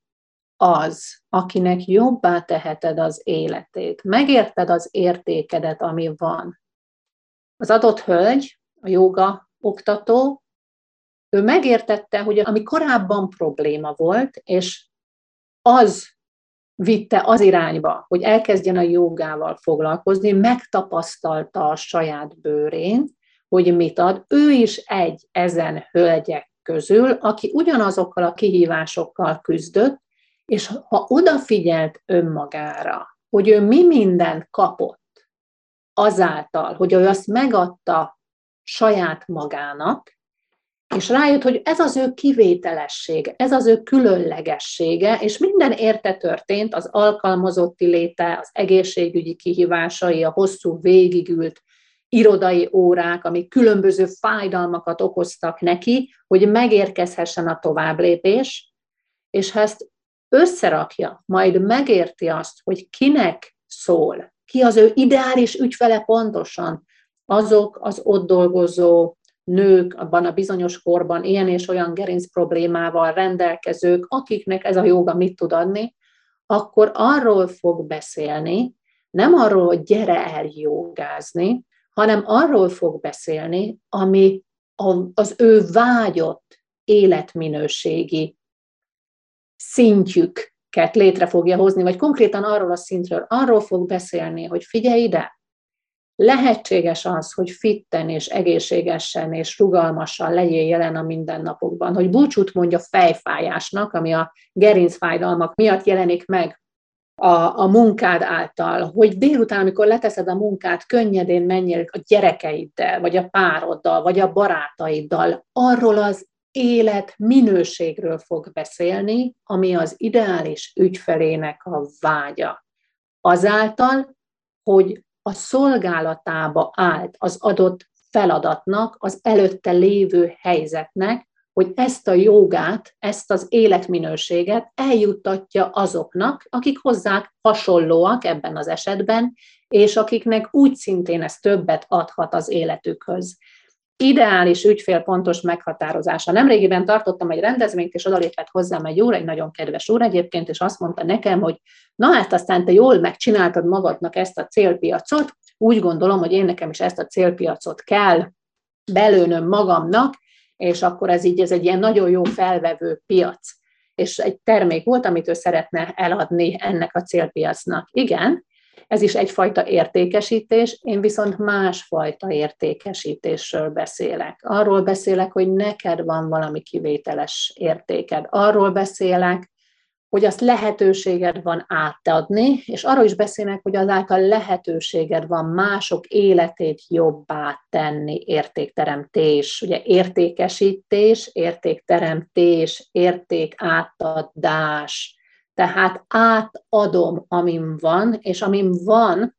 az, akinek jobbá teheted az életét, megérted az értékedet, ami van. Az adott hölgy, a jóga oktató, ő megértette, hogy ami korábban probléma volt, és az vitte az irányba, hogy elkezdjen a jogával foglalkozni, megtapasztalta a saját bőrén, hogy mit ad. Ő is egy ezen hölgyek közül, aki ugyanazokkal a kihívásokkal küzdött, és ha odafigyelt önmagára, hogy ő mi mindent kapott azáltal, hogy ő azt megadta saját magának, és rájött, hogy ez az ő kivételessége, ez az ő különlegessége, és minden érte történt, az alkalmazotti léte, az egészségügyi kihívásai, a hosszú végigült irodai órák, amik különböző fájdalmakat okoztak neki, hogy megérkezhessen a továbblépés, és ha ezt összerakja, majd megérti azt, hogy kinek szól, ki az ő ideális ügyfele pontosan, azok az ott dolgozó nők abban a bizonyos korban ilyen és olyan gerinc problémával rendelkezők, akiknek ez a jóga mit tud adni, akkor arról fog beszélni, nem arról, hogy gyere el jogázni, hanem arról fog beszélni, ami az ő vágyott életminőségi szintjüket létre fogja hozni, vagy konkrétan arról a szintről, arról fog beszélni, hogy figyelj ide, lehetséges az, hogy fitten és egészségesen és rugalmasan legyél jelen a mindennapokban, hogy búcsút mondj a fejfájásnak, ami a gerincfájdalmak miatt jelenik meg a munkád által, hogy délután, amikor leteszed a munkát, könnyedén menjél a gyerekeiddel, vagy a pároddal, vagy a barátaiddal, arról az élet minőségről fog beszélni, ami az ideális ügyfelének a vágya. Azáltal, hogy a szolgálatába állt az adott feladatnak, az előtte lévő helyzetnek, hogy ezt a jogát, ezt az életminőséget eljuttatja azoknak, akik hozzá hasonlóak ebben az esetben, és akiknek úgy szintén ez többet adhat az életükhöz. Ideális ügyfélpontos meghatározása. Nemrégiben tartottam egy rendezvényt, és odalépett hozzám egy úr, egy nagyon kedves úr egyébként, és azt mondta nekem, hogy na hát aztán te jól megcsináltad magadnak ezt a célpiacot, úgy gondolom, hogy én nekem is ezt a célpiacot kell belőnöm magamnak, és akkor ez egy ilyen nagyon jó felvevő piac. És egy termék volt, amit ő szeretne eladni ennek a célpiacnak. Igen, ez is egyfajta értékesítés, én viszont másfajta értékesítésről beszélek. Arról beszélek, hogy neked van valami kivételes értéked. Arról beszélek, hogy azt lehetőséged van átadni, és arról is beszélnek, hogy azáltal lehetőséged van mások életét jobbá tenni, értékteremtés, ugye értékesítés, értékteremtés, értékátadás. Tehát átadom, amim van, és amim van,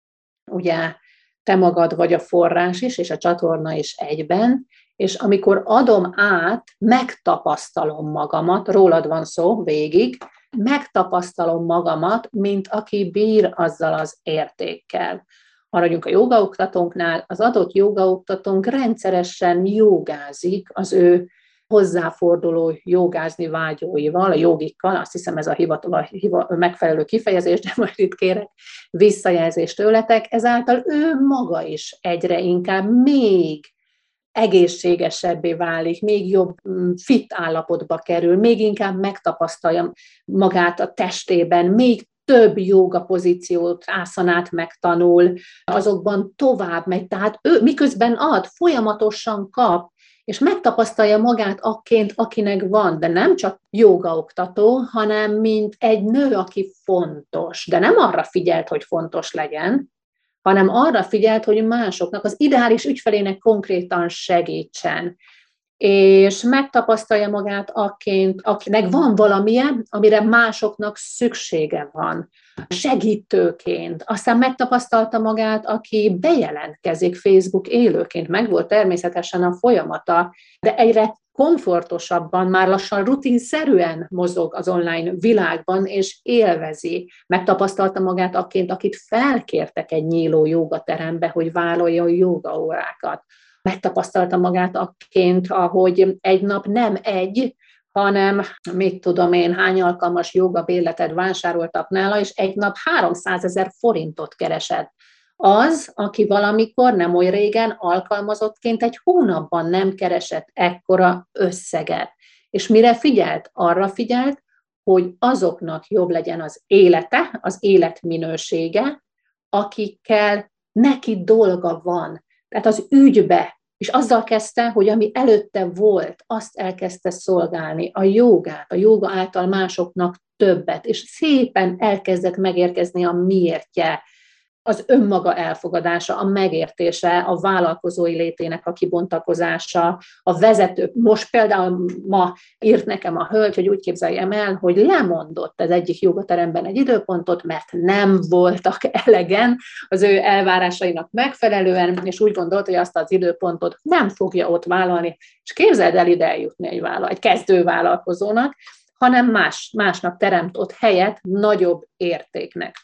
ugye te magad vagy a forrás is, és a csatorna is egyben, és amikor adom át, megtapasztalom magamat, rólad van szó végig, megtapasztalom magamat, mint aki bír azzal az értékkel. Maradjunk a jogaoktatónknál, az adott jogaoktatónk rendszeresen jogázik az ő hozzáforduló jogázni vágyóival, a jogikkal, azt hiszem ez a megfelelő kifejezés, de majd itt kérek visszajelzést tőletek, ezáltal ő maga is egyre inkább még egészségesebbé válik, még jobb fit állapotba kerül, még inkább megtapasztalja magát a testében, még több jóga pozíciót, ászanát megtanul, azokban tovább megy, tehát ő miközben ad, folyamatosan kap, és megtapasztalja magát akként, akinek van, de nem csak jógaoktató, hanem mint egy nő, aki fontos, de nem arra figyelt, hogy fontos legyen, hanem arra figyelt, hogy másoknak, az ideális ügyfelének konkrétan segítsen. És megtapasztalja magát akként, akinek van valamilyen, amire másoknak szüksége van, segítőként. Aztán megtapasztalta magát, aki bejelentkezik Facebook élőként, megvolt természetesen a folyamata, de egyre komfortosabban, már lassan rutinszerűen mozog az online világban, és élvezi. Megtapasztalta magát akként, akit felkértek egy nyíló jogaterembe, hogy vállaljon jogaórákat. Megtapasztalta magát akként, ahogy egy nap nem egy, hanem mit tudom én, hány alkalmas jogabérletet vásároltak nála, és egy nap 300 000 forintot keresett. Az, aki valamikor nem oly régen alkalmazottként egy hónapban nem keresett ekkora összeget. És mire figyelt? Arra figyelt, hogy azoknak jobb legyen az élete, az életminősége, akikkel neki dolga van. Tehát az ügybe, és azzal kezdte, hogy ami előtte volt, azt elkezdte szolgálni, a jogát, a joga által másoknak többet, és szépen elkezdett megérkezni a miértje, az önmaga elfogadása, a megértése, a vállalkozói létének a kibontakozása, a vezető. Most például ma írt nekem a hölgy, hogy úgy képzeljem el, hogy lemondott az egyik jogateremben egy időpontot, mert nem voltak elegen az ő elvárásainak megfelelően, és úgy gondolt, hogy azt az időpontot nem fogja ott vállalni. És képzeld el ide eljutni egy kezdővállalkozónak, hanem másnak teremt ott helyet nagyobb értéknek.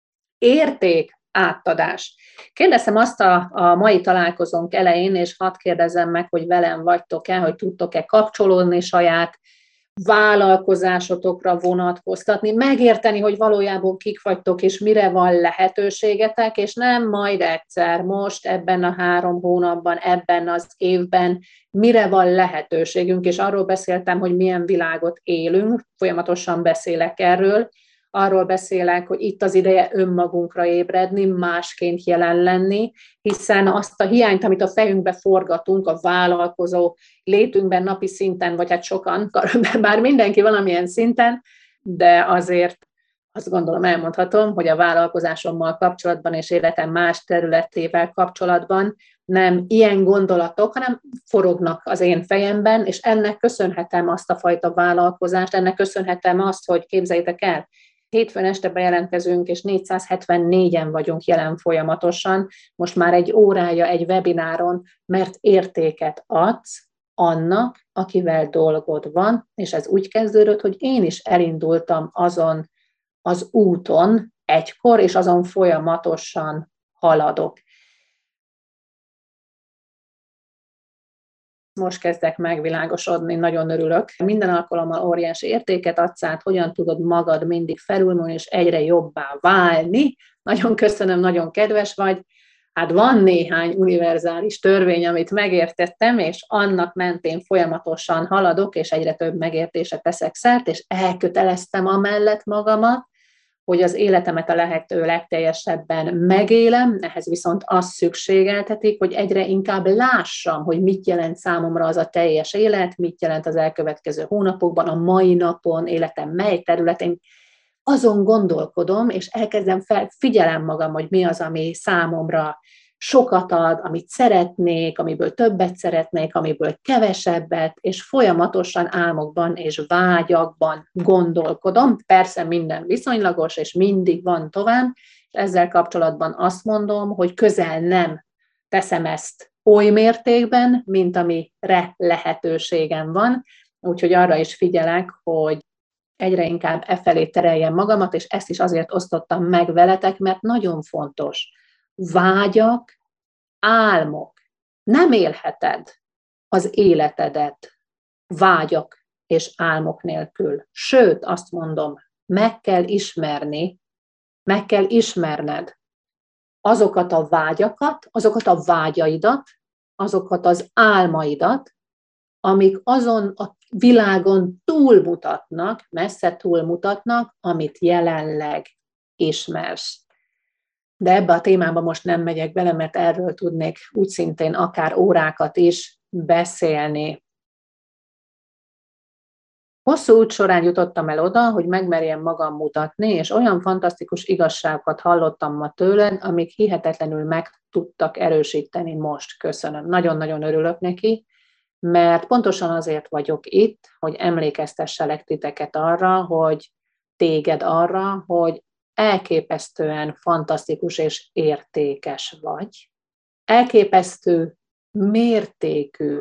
Érték, átadás. Kérdeztem azt a mai találkozónk elején, és hadd kérdezzem meg, hogy velem vagytok-e, hogy tudtok-e kapcsolódni saját vállalkozásotokra vonatkoztatni, megérteni, hogy valójában kik vagytok, és mire van lehetőségetek, és nem majd egyszer, most, ebben a 3 hónapban, ebben az évben, mire van lehetőségünk, és arról beszéltem, hogy milyen világot élünk, folyamatosan beszélek erről, arról beszélek, hogy itt az ideje önmagunkra ébredni, másként jelen lenni, hiszen azt a hiányt, amit a fejünkbe forgatunk, a vállalkozó létünkben napi szinten, vagy hát sokan, bár mindenki valamilyen szinten, de azért azt gondolom, elmondhatom, hogy a vállalkozásommal kapcsolatban és életem más területével kapcsolatban nem ilyen gondolatok, hanem forognak az én fejemben, és ennek köszönhetem azt a fajta vállalkozást, ennek köszönhetem azt, hogy képzeljétek el, hétfőn este bejelentkezünk, és 474-en vagyunk jelen folyamatosan, most már egy órája egy webináron, mert értéket adsz annak, akivel dolgod van, és ez úgy kezdődött, hogy én is elindultam azon az úton egykor, és azon folyamatosan haladok. Most kezdek megvilágosodni, nagyon örülök. Minden alkalommal óriási értéket adsz át, hogyan tudod magad mindig felülmúlni, és egyre jobbá válni. Nagyon köszönöm, nagyon kedves vagy. Hát van néhány univerzális törvény, amit megértettem, és annak mentén folyamatosan haladok, és egyre több megértésre teszek szert, és elköteleztem amellett magamat, hogy az életemet a lehető legteljesebben megélem, ehhez viszont az szükségeltetik, hogy egyre inkább lássam, hogy mit jelent számomra az a teljes élet, mit jelent az elkövetkező hónapokban, a mai napon, életem mely területén. Azon gondolkodom, és elkezdem figyelem magam, hogy mi az, ami számomra sokat ad, amit szeretnék, amiből többet szeretnék, amiből kevesebbet, és folyamatosan álmokban és vágyakban gondolkodom. Persze minden viszonylagos, és mindig van tovább, és ezzel kapcsolatban azt mondom, hogy közel nem teszem ezt oly mértékben, mint amire lehetőségem van, úgyhogy arra is figyelek, hogy egyre inkább efelé tereljem magamat, és ezt is azért osztottam meg veletek, mert nagyon fontos. Vágyak, álmok. Nem élheted az életedet vágyak és álmok nélkül. Sőt, azt mondom, meg kell ismerned azokat a vágyakat, azokat a vágyaidat, azokat az álmaidat, amik azon a világon túlmutatnak, messze túlmutatnak, amit jelenleg ismersz. De ebbe a témába most nem megyek bele, mert erről tudnék úgy szintén akár órákat is beszélni. Hosszú út során jutottam el oda, hogy megmerjem magam mutatni, és olyan fantasztikus igazságokat hallottam ma tőled, amik hihetetlenül meg tudtak erősíteni most. Köszönöm. Nagyon-nagyon örülök neki, mert pontosan azért vagyok itt, hogy emlékeztesselek titeket arra, téged arra, hogy elképesztően fantasztikus és értékes vagy. Elképesztő mértékű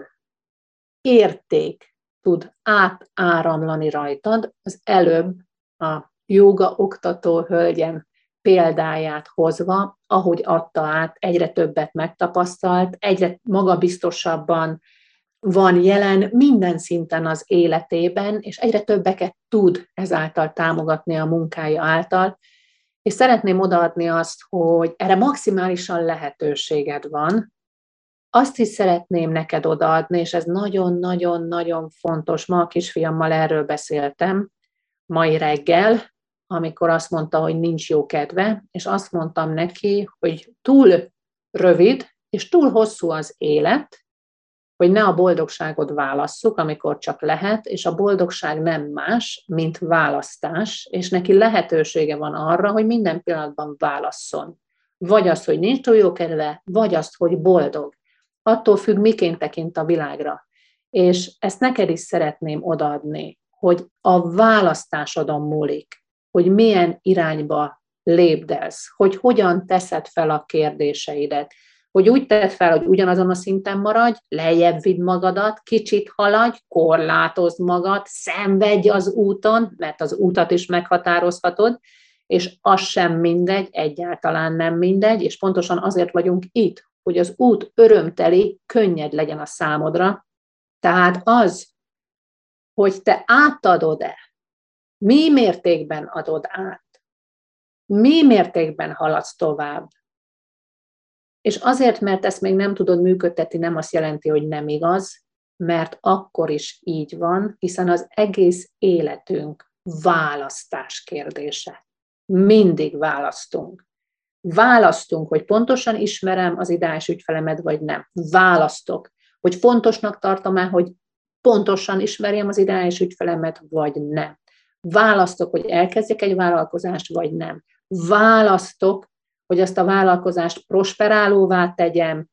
érték tud átáramlani rajtad. Az előbb a jóga oktató hölgyem példáját hozva, ahogy adta át, egyre többet megtapasztalt, egyre magabiztosabban van jelen minden szinten az életében, és egyre többeket tud ezáltal támogatni a munkája által. És szeretném odaadni azt, hogy erre maximálisan lehetőséged van. Azt is szeretném neked odaadni, és ez nagyon-nagyon-nagyon fontos. Ma a kisfiammal erről beszéltem, mai reggel, amikor azt mondta, hogy nincs jó kedve, és azt mondtam neki, hogy túl rövid és túl hosszú az élet, hogy ne a boldogságot válasszuk, amikor csak lehet, és a boldogság nem más, mint választás, és neki lehetősége van arra, hogy minden pillanatban válasszon. Vagy azt, hogy nincs túl jó kedve, vagy azt, hogy boldog. Attól függ, miként tekint a világra. És ezt neked is szeretném odaadni, hogy a választásodon múlik, hogy milyen irányba lépdelsz, hogy hogyan teszed fel a kérdéseidet, hogy úgy tedd fel, hogy ugyanazon a szinten maradj, lejjebb vidd magadat, kicsit haladj, korlátozd magad, szenvedj az úton, mert az útat is meghatározhatod, és az sem mindegy, egyáltalán nem mindegy, és pontosan azért vagyunk itt, hogy az út örömteli, könnyed legyen a számodra. Tehát az, hogy te átadod-e, mi mértékben adod át, mi mértékben haladsz tovább, és azért, mert ezt még nem tudod működtetni, nem azt jelenti, hogy nem igaz, mert akkor is így van, hiszen az egész életünk választás kérdése. Mindig választunk. Választunk, hogy pontosan ismerem az ideális ügyfelemet, vagy nem. Választok, hogy fontosnak tartom-e, hogy pontosan ismerjem az ideális ügyfelemet, vagy nem. Választok, hogy elkezdjek egy vállalkozást, vagy nem. Választok, hogy azt a vállalkozást prosperálóvá tegyem,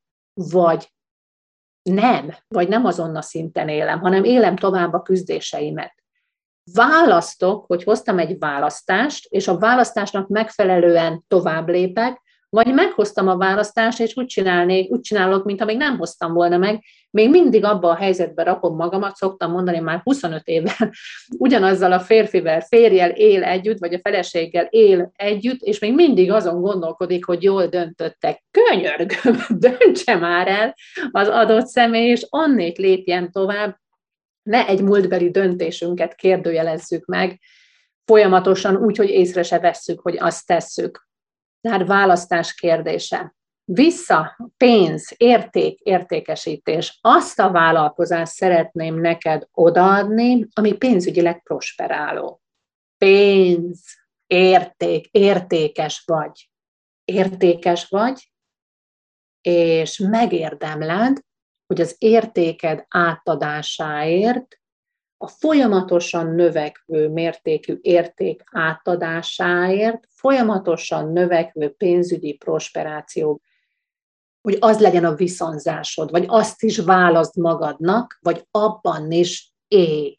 vagy nem azon a szinten élem, hanem élem tovább a küzdéseimet. Választok, hogy hoztam egy választást, és a választásnak megfelelően tovább lépek, vagy meghoztam a választást, és úgy csinálok, mintha még nem hoztam volna meg. Még mindig abba a helyzetbe rakom magamat, szoktam mondani, már 25 éve ugyanazzal a férjjel él együtt, vagy a feleséggel él együtt, és még mindig azon gondolkodik, hogy jól döntöttek. Könyörgöm, döntse már el az adott személy, és onnét lépjen tovább, ne egy múltbeli döntésünket kérdőjelezzük meg folyamatosan úgy, hogy észre se vesszük, hogy azt tesszük. Tehát választás kérdése. Vissza, pénz, értékesítés. Azt a vállalkozást szeretném neked odaadni, ami pénzügyileg prosperáló. Pénz, értékes vagy. Értékes vagy, és megérdemled, hogy az értéked átadásáért, a folyamatosan növekvő mértékű érték átadásáért, folyamatosan növekvő pénzügyi prosperáció, hogy az legyen a viszonzásod, vagy azt is válaszd magadnak, vagy abban is élj.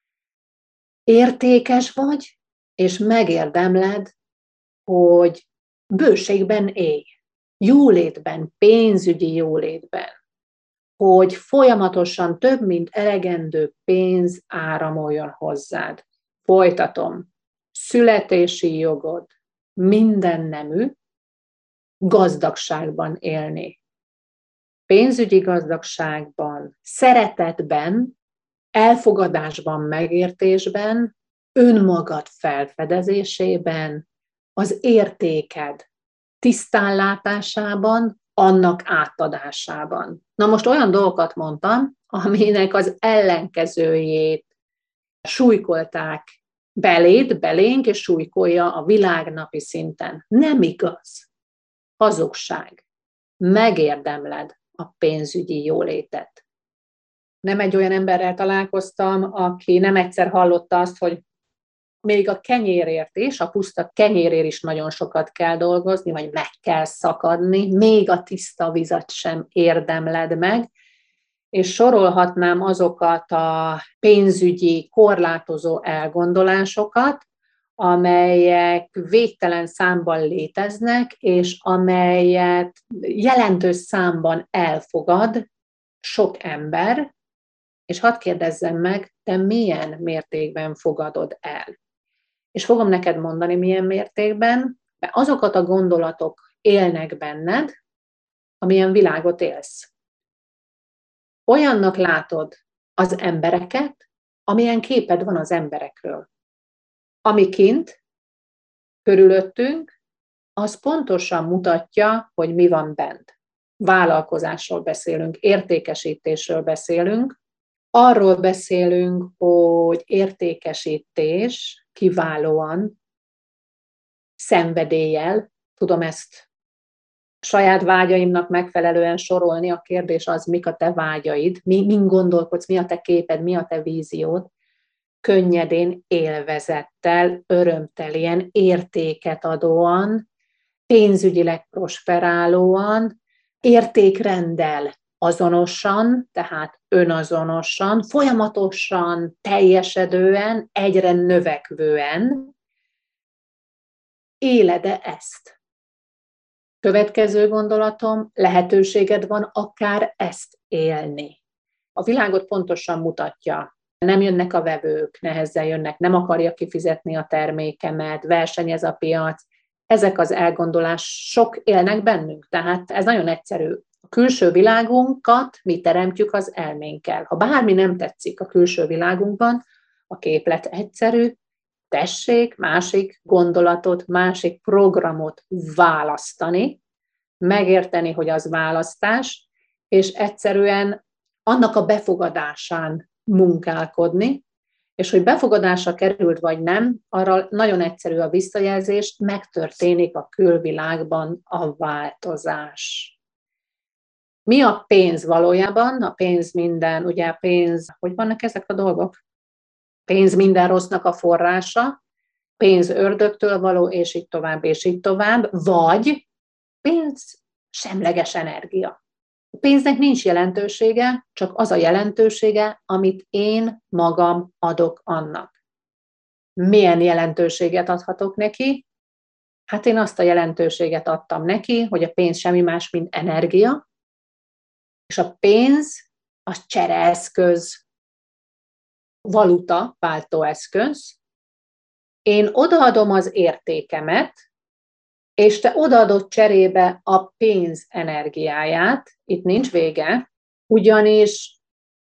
Értékes vagy, és megérdemled, hogy bőségben élj, jólétben, pénzügyi jólétben, hogy folyamatosan több, mint elegendő pénz áramoljon hozzád. Folytatom. Születési jogod, minden nemű, gazdagságban élni. Pénzügyi gazdagságban, szeretetben, elfogadásban, megértésben, önmagad felfedezésében, az értéked tisztánlátásában, annak átadásában. Na most olyan dolgokat mondtam, aminek az ellenkezőjét súlykolták belénk, és súlykolja a világ napi szinten. Nem igaz. Hazugság. Megérdemled a pénzügyi jólétet. Nem egy olyan emberrel találkoztam, aki nem egyszer hallotta azt, hogy még a kenyérért is, a puszta kenyérért is nagyon sokat kell dolgozni, vagy meg kell szakadni, még a tiszta vizet sem érdemled meg, és sorolhatnám azokat a pénzügyi korlátozó elgondolásokat, amelyek végtelen számban léteznek, és amelyet jelentős számban elfogad sok ember, és hadd kérdezzem meg, te milyen mértékben fogadod el? És fogom neked mondani, milyen mértékben, mert azokat a gondolatok élnek benned, amilyen világot élsz. Olyannak látod az embereket, amilyen képed van az emberekről. Ami kint, körülöttünk, az pontosan mutatja, hogy mi van bent. Vállalkozásról beszélünk, értékesítésről beszélünk, arról beszélünk, hogy értékesítés kiválóan, szenvedéllyel, tudom ezt saját vágyaimnak megfelelően sorolni, a kérdés az, mik a te vágyaid, min gondolkodsz, mi a te képed, mi a te víziód, könnyedén, élvezettel, örömtelien, értéket adóan, pénzügyileg prosperálóan, értékrenddel azonosan, tehát önazonosan, folyamatosan, teljesedően, egyre növekvően éled-e ezt? Következő gondolatom, lehetőséged van akár ezt élni. A világot pontosan mutatja. Nem jönnek a vevők, nehezen jönnek, nem akarja kifizetni a termékemet, versenyez a piac. Ezek az elgondolások élnek bennünk, tehát ez nagyon egyszerű. A külső világunkat mi teremtjük az elménkkel. Ha bármi nem tetszik a külső világunkban, a képlet egyszerű, tessék másik gondolatot, másik programot választani, megérteni, hogy az választás, és egyszerűen annak a befogadásán munkálkodni, És hogy befogadásra került vagy nem, arra nagyon egyszerű a visszajelzés, megtörténik a külvilágban a változás. Mi a pénz valójában? A pénz minden, ugye a pénz, hogy vannak ezek a dolgok? Pénz minden rossznak a forrása, pénz ördögtől való, és így tovább, és így tovább, vagy pénz semleges energia. A pénznek nincs jelentősége, csak az a jelentősége, amit én magam adok annak. Milyen jelentőséget adhatok neki? Hát én azt a jelentőséget adtam neki, hogy a pénz semmi más, mint energia, és a pénz az csereeszköz, valuta, váltóeszköz. Én odaadom az értékemet, és te odaadod cserébe a pénz energiáját, itt nincs vége, ugyanis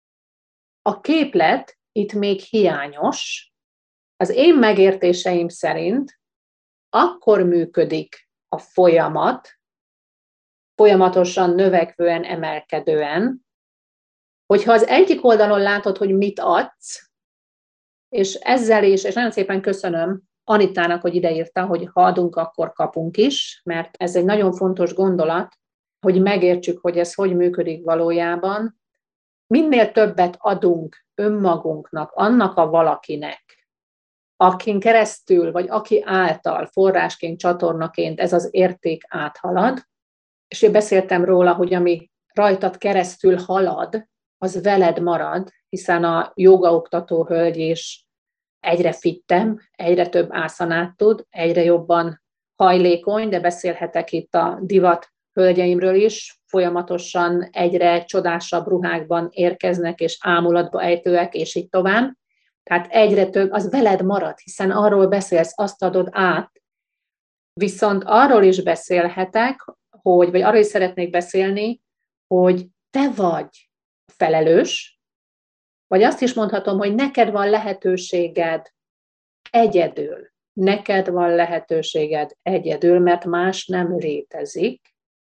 a képlet itt még hiányos. Az én megértéseim szerint akkor működik a folyamat, folyamatosan növekvően, emelkedően, hogyha az egyik oldalon látod, hogy mit adsz, és ezzel is, és nagyon szépen köszönöm Anitának, hogy ideírta, hogy ha adunk, akkor kapunk is, mert ez egy nagyon fontos gondolat, hogy megértsük, hogy ez hogy működik valójában. Minél többet adunk önmagunknak, annak a valakinek, akin keresztül, vagy aki által forrásként, csatornaként ez az érték áthalad, és én beszéltem róla, hogy ami rajtad keresztül halad, az veled marad, hiszen a jogaoktató hölgy is egyre fittem, egyre több ászanát tud, egyre jobban hajlékony, de beszélhetek itt a divat hölgyeimről is, folyamatosan egyre csodásabb ruhákban érkeznek, és ámulatba ejtőek, és így tovább. Tehát egyre több, az veled marad, hiszen arról beszélsz, azt adod át. Viszont arról is beszélhetek, vagy arról is szeretnék beszélni, hogy te vagy felelős, vagy azt is mondhatom, hogy neked van lehetőséged egyedül. Neked van lehetőséged egyedül, mert más nem létezik,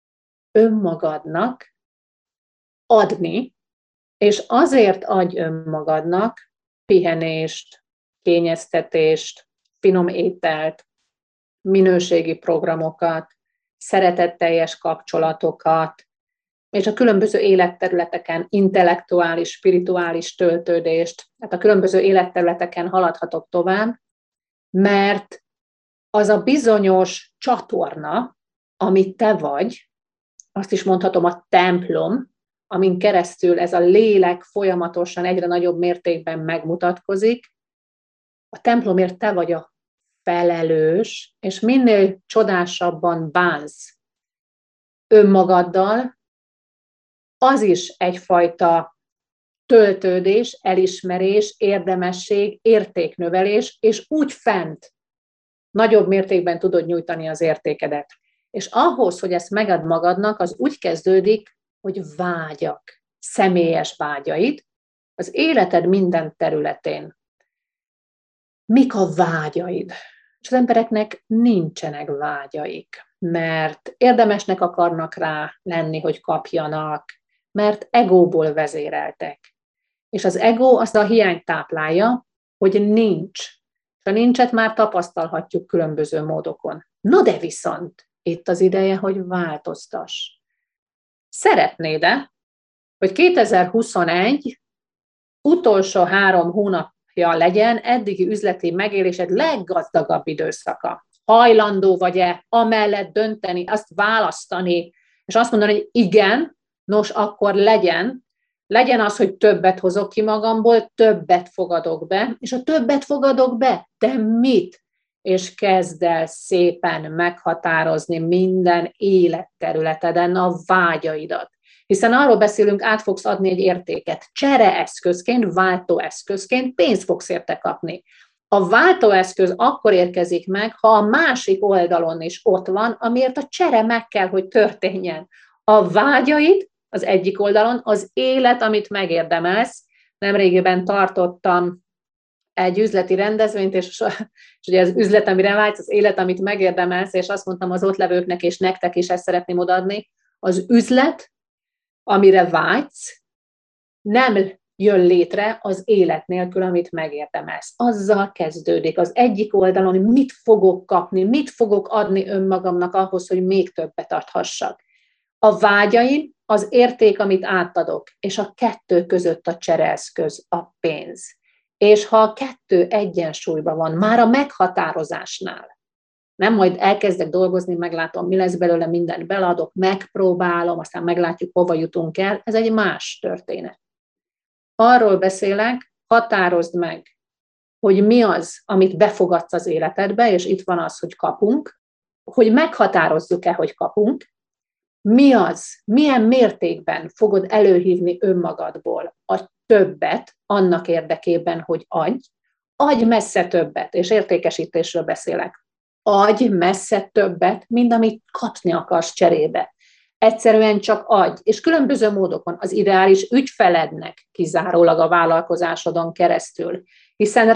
önmagadnak adni, és azért adj önmagadnak pihenést, kényeztetést, finom ételt, minőségi programokat, szeretetteljes kapcsolatokat, és a különböző életterületeken intellektuális, spirituális töltődést, tehát a különböző életterületeken haladhatok tovább, mert az a bizonyos csatorna, amit te vagy, azt is mondhatom a templom, amin keresztül ez a lélek folyamatosan egyre nagyobb mértékben megmutatkozik, a templomért te vagy a felelős, és minél csodásabban bánsz önmagaddal, az is egyfajta töltődés, elismerés, érdemesség, értéknövelés, és úgy fent nagyobb mértékben tudod nyújtani az értékedet. És ahhoz, hogy ezt megad magadnak, az úgy kezdődik, hogy vágyak, személyes vágyaid az életed minden területén. Mik a vágyaid? És az embereknek nincsenek vágyaik, mert érdemesnek akarnak rá lenni, hogy kapjanak, mert egóból vezéreltek. És az ego azt a hiányt táplálja, hogy nincs. És a nincset már tapasztalhatjuk különböző módokon. No de viszont itt az ideje, hogy változtass. Szeretnéd-e, hogy 2021 utolsó 3 hónapja legyen eddigi üzleti megélésed leggazdagabb időszaka? Hajlandó vagy-e amellett dönteni, azt választani, és azt mondani, hogy igen, nos, akkor legyen az, hogy többet hozok ki magamból, többet fogadok be, és a többet fogadok be, de mit? És kezd el szépen meghatározni minden életterületeden a vágyaidat. Hiszen arról beszélünk, át fogsz adni egy értéket. Csereeszközként, váltóeszközként pénzt fogsz érte kapni. A váltóeszköz akkor érkezik meg, ha a másik oldalon is ott van, amiért a csere meg kell, hogy történjen. A vágyaid az egyik oldalon, az élet, amit megérdemelsz. Nemrégiben tartottam egy üzleti rendezvényt, és ugye az üzlet, amire vágysz, az élet, amit megérdemelsz, és azt mondtam az ott levőknek, és nektek is ezt szeretném odaadni, az üzlet, amire vágysz, nem jön létre az élet nélkül, amit megérdemelsz. Azzal kezdődik az egyik oldalon, hogy mit fogok kapni, mit fogok adni önmagamnak ahhoz, hogy még többet adhassak. A vágyaim, az érték, amit átadok, és a kettő között a csereeszköz, a pénz. És ha a kettő egyensúlyban van, már a meghatározásnál, nem majd elkezdek dolgozni, meglátom, mi lesz belőle, mindent beleadok, megpróbálom, aztán meglátjuk, hova jutunk el, ez egy más történet. Arról beszélek, határozd meg, hogy mi az, amit befogadsz az életedbe, és itt van az, hogy kapunk, hogy meghatározzuk-e, hogy kapunk, mi az, milyen mértékben fogod előhívni önmagadból a többet annak érdekében, hogy adj messze többet, és értékesítésről beszélek. Adj messze többet, mint amit kapni akarsz cserébe. Egyszerűen csak adj, és különböző módokon az ideális ügyfelednek kizárólag a vállalkozásodon keresztül, hiszen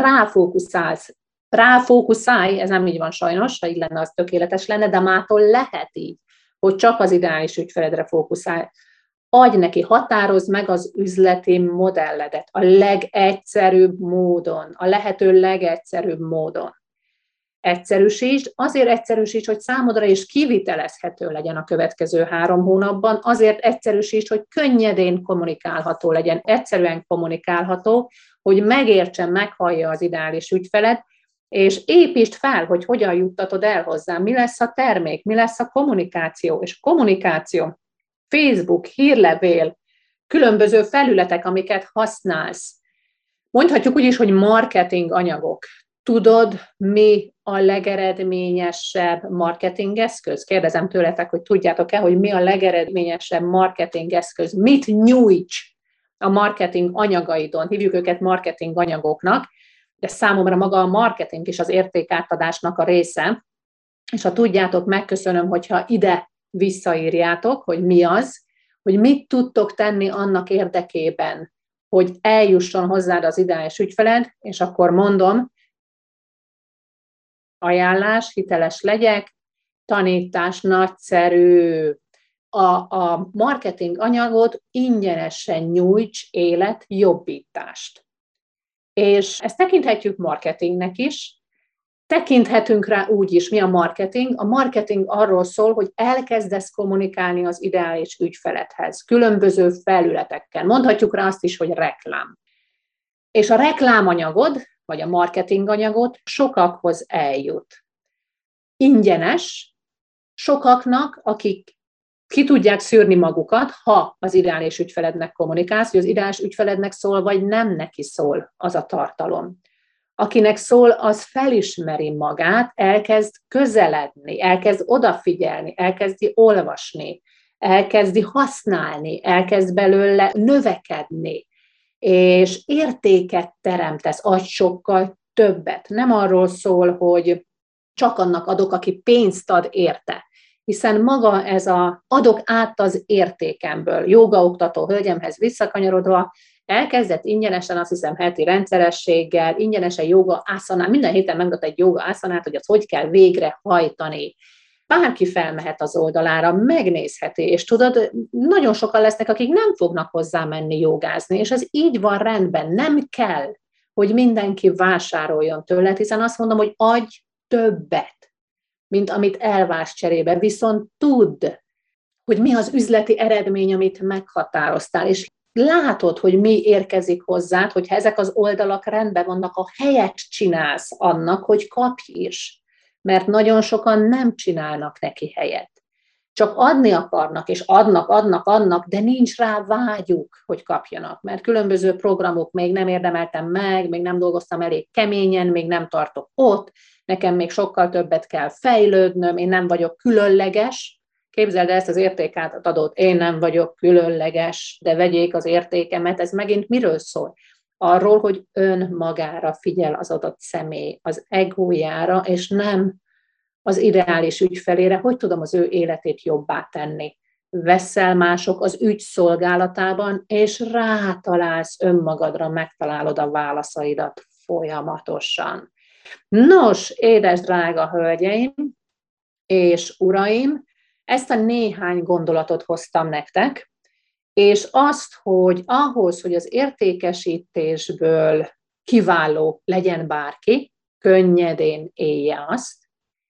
ráfókuszálj, ez nem így van sajnos, ha így lenne, az tökéletes lenne, de mától lehet így, hogy csak az ideális ügyfeledre fókuszálj. Adj neki, határozd meg az üzleti modelledet a legegyszerűbb módon, a lehető legegyszerűbb módon. Egyszerűsítsd, azért egyszerűsítsd, hogy számodra is kivitelezhető legyen a következő 3 hónapban, azért egyszerűsítsd, hogy könnyedén kommunikálható legyen, egyszerűen kommunikálható, hogy megértse, meghallja az ideális ügyfeled, és építsd fel, hogy hogyan juttatod el hozzá, mi lesz a termék, mi lesz a kommunikáció, és kommunikáció, Facebook, hírlevél, különböző felületek, amiket használsz. Mondhatjuk úgy is, hogy marketing anyagok. Tudod, mi a legeredményesebb marketingeszköz? Kérdezem tőletek, hogy tudjátok-e, hogy mi a legeredményesebb marketingeszköz? Mit nyújts a marketing anyagaidon? Hívjuk őket marketing anyagoknak, de számomra maga a marketing is az értékátadásnak a része, és ha tudjátok, megköszönöm, hogyha ide visszaírjátok, hogy mi az, hogy mit tudtok tenni annak érdekében, hogy eljusson hozzád az ideális ügyfeled, és akkor mondom, ajánlás, hiteles legyek, tanítás nagyszerű. A marketing anyagot ingyenesen nyújts életjobbítást. És ezt tekinthetjük marketingnek is, tekinthetünk rá úgy is, mi a marketing. A marketing arról szól, hogy elkezdesz kommunikálni az ideális ügyfeledhez, különböző felületekkel. Mondhatjuk rá azt is, hogy reklám. És a reklámanyagod, vagy a marketinganyagot sokakhoz eljut. Ingyenes, sokaknak, akik ki tudják szűrni magukat, ha az ideális ügyfelednek kommunikálsz, hogy az ideális ügyfelednek szól, vagy nem neki szól az a tartalom. Akinek szól, az felismeri magát, elkezd közeledni, elkezd odafigyelni, elkezdi olvasni, elkezdi használni, elkezd belőle növekedni, és értéket teremtesz, adj sokkal többet. Nem arról szól, hogy csak annak adok, aki pénzt ad érte, hiszen maga ez a adok át az értékemből, jógaoktató hölgyemhez visszakanyarodva, elkezdett ingyenesen, azt hiszem, heti rendszerességgel, ingyenesen jóga ászanát, minden héten megmutat egy jóga ászanát, hogy azt hogy kell végrehajtani. Bárki felmehet az oldalára, megnézheti, és tudod, nagyon sokan lesznek, akik nem fognak hozzá menni jogázni, és ez így van rendben, nem kell, hogy mindenki vásároljon tőled, hiszen azt mondom, hogy adj többet, mint amit elvársz cserébe, viszont tudd, hogy mi az üzleti eredmény, amit meghatároztál, és látod, hogy mi érkezik hozzád, hogyha ezek az oldalak rendben vannak, a helyet csinálsz annak, hogy kapj is. Mert nagyon sokan nem csinálnak neki helyet. Csak adni akarnak, és adnak, de nincs rá vágyuk, hogy kapjanak. Mert különböző programok még nem érdemeltem meg, még nem dolgoztam elég keményen, még nem tartok ott, nekem még sokkal többet kell fejlődnöm, én nem vagyok különleges. Képzeld el ezt az értékátadót, én nem vagyok különleges, de vegyék az értékemet, ez megint miről szól? Arról, hogy önmagára figyel az adott személy, az egójára, és nem az ideális ügyfelére, hogy tudom az ő életét jobbá tenni. Veszel mások az ügy szolgálatában, és rátalálsz önmagadra, megtalálod a válaszaidat folyamatosan. Nos, édes drága hölgyeim és uraim, ezt a néhány gondolatot hoztam nektek, És azt, hogy ahhoz, hogy az értékesítésből kiváló legyen bárki, könnyedén élje azt,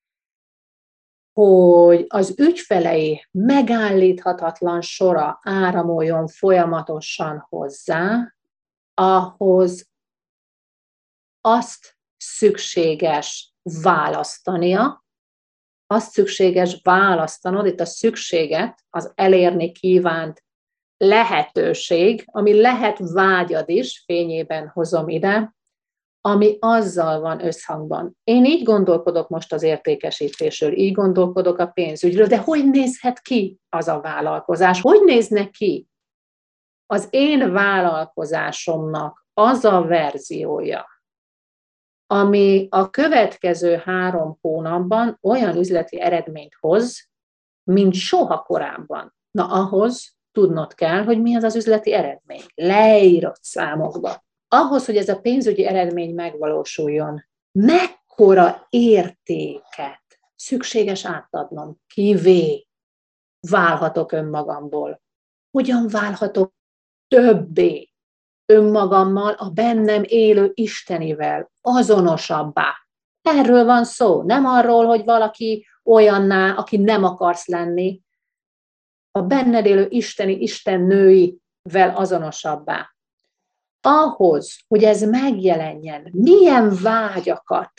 hogy az ügyfelei megállíthatatlan sora áramoljon folyamatosan hozzá, ahhoz azt szükséges választania, azt szükséges választanod, itt a szükséget, az elérni kívánt lehetőség, ami lehet vágyad is, fényében hozom ide, ami azzal van összhangban. Én így gondolkodok most az értékesítésről, így gondolkodok a pénzügyről, de hogy nézhet ki az a vállalkozás? Hogy nézne ki az én vállalkozásomnak az a verziója, ami a következő 3 hónapban olyan üzleti eredményt hoz, mint soha korábban. Na ahhoz tudnod kell, hogy mi az az üzleti eredmény. Leírott számokba. Ahhoz, hogy ez a pénzügyi eredmény megvalósuljon, mekkora értéket szükséges átadnom, kivé válhatok önmagamból. Hogyan válhatok többé önmagammal, a bennem élő Istenivel, azonosabbá. Erről van szó, nem arról, hogy valaki olyanná, aki nem akarsz lenni, a benned élő isteni, istennőivel azonosabbá. Ahhoz, hogy ez megjelenjen, milyen vágyakat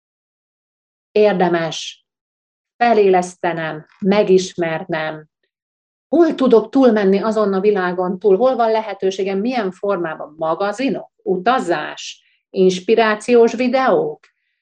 érdemes felélesztenem, megismernem, hol tudok túlmenni azon a világon túl, hol van lehetőségem, milyen formában, magazinok, utazás, inspirációs videók,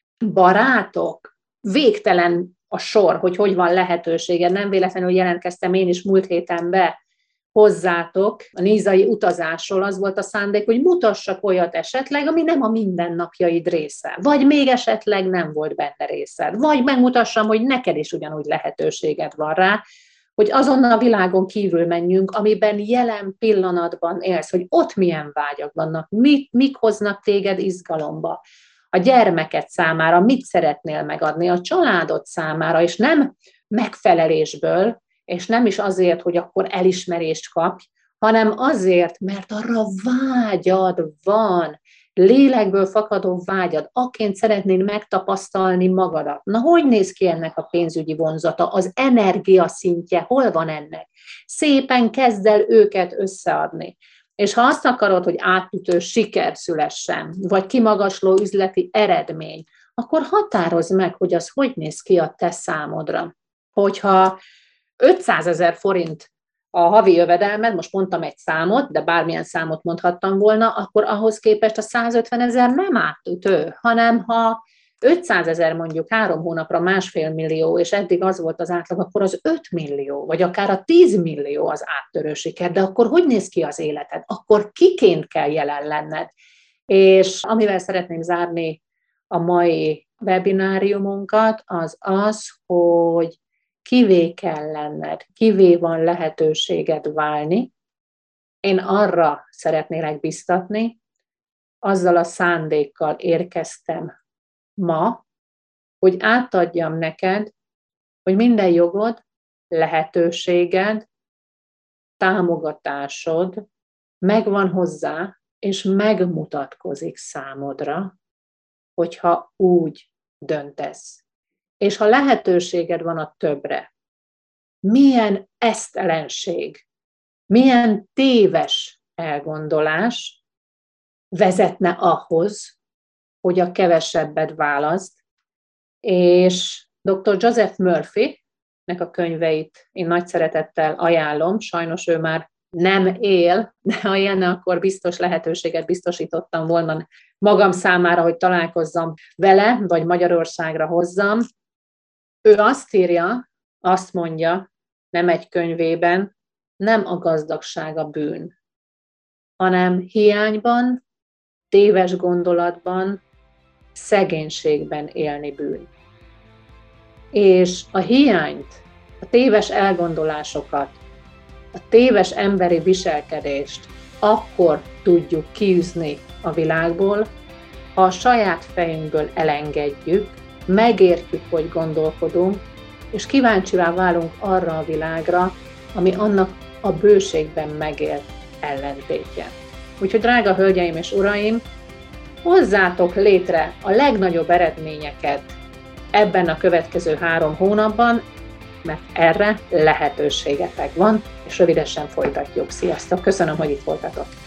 barátok, végtelen a sor, hogy van lehetősége. Nem véletlenül jelentkeztem én is múlt héten be hozzátok a nízai utazásról, az volt a szándék, hogy mutassak olyat esetleg, ami nem a mindennapjaid része, vagy még esetleg nem volt benne részed, vagy megmutassam, hogy neked is ugyanúgy lehetőséged van rá, hogy azon a világon kívül menjünk, amiben jelen pillanatban élsz, hogy ott milyen vágyak vannak, mik hoznak téged izgalomba, a gyermeked számára mit szeretnél megadni, a családod számára, és nem megfelelésből, és nem is azért, hogy akkor elismerést kapj, hanem azért, mert arra vágyad van, lélekből fakadó vágyad, akként szeretnéd megtapasztalni magadat. Na, hogy néz ki ennek a pénzügyi vonzata? Az energia szintje, hol van ennek? Szépen kezd el őket összeadni. És ha azt akarod, hogy átütő siker szülessen, vagy kimagasló üzleti eredmény, akkor határozd meg, hogy az hogy néz ki a te számodra. Hogyha 500 000 forint a havi jövedelmed, most mondtam egy számot, de bármilyen számot mondhattam volna, akkor ahhoz képest a 150 000 nem átütő, hanem ha 500 000 mondjuk 3 hónapra 1,5 millió, és eddig az volt az átlag, akkor az 5 millió, vagy akár a 10 millió az áttörő siker, de akkor hogy néz ki az életed? Akkor kiként kell jelen lenned? És amivel szeretném zárni a mai webináriumunkat, az az, hogy kivé kell lenned, kivé van lehetőséged válni. Én arra szeretnélek biztatni, azzal a szándékkal érkeztem ma, hogy átadjam neked, hogy minden jogod, lehetőséged, támogatásod megvan hozzá, és megmutatkozik számodra, hogyha úgy döntesz. És ha lehetőséged van a többre, milyen esztelenség, milyen téves elgondolás vezetne ahhoz, hogy a kevesebbet választ, és dr. Joseph Murphy-nek a könyveit én nagy szeretettel ajánlom, sajnos ő már nem él, de ha élne, akkor biztos lehetőséget biztosítottam volna magam számára, hogy találkozzam vele, vagy Magyarországra hozzam. Ő azt írja, azt mondja, nem egy könyvében, nem a gazdagság a bűn, hanem hiányban, téves gondolatban, szegénységben élni bűn. És a hiányt, a téves elgondolásokat, a téves emberi viselkedést akkor tudjuk kiűzni a világból, ha a saját fejünkből elengedjük, megértjük, hogy gondolkodunk, és kíváncsivá válunk arra a világra, ami annak a bőségben megélt ellentétje. Úgyhogy drága hölgyeim és uraim, hozzátok létre a legnagyobb eredményeket ebben a következő 3 hónapban, mert erre lehetőségetek van, és rövidesen folytatjuk. Sziasztok! Köszönöm, hogy itt voltatok!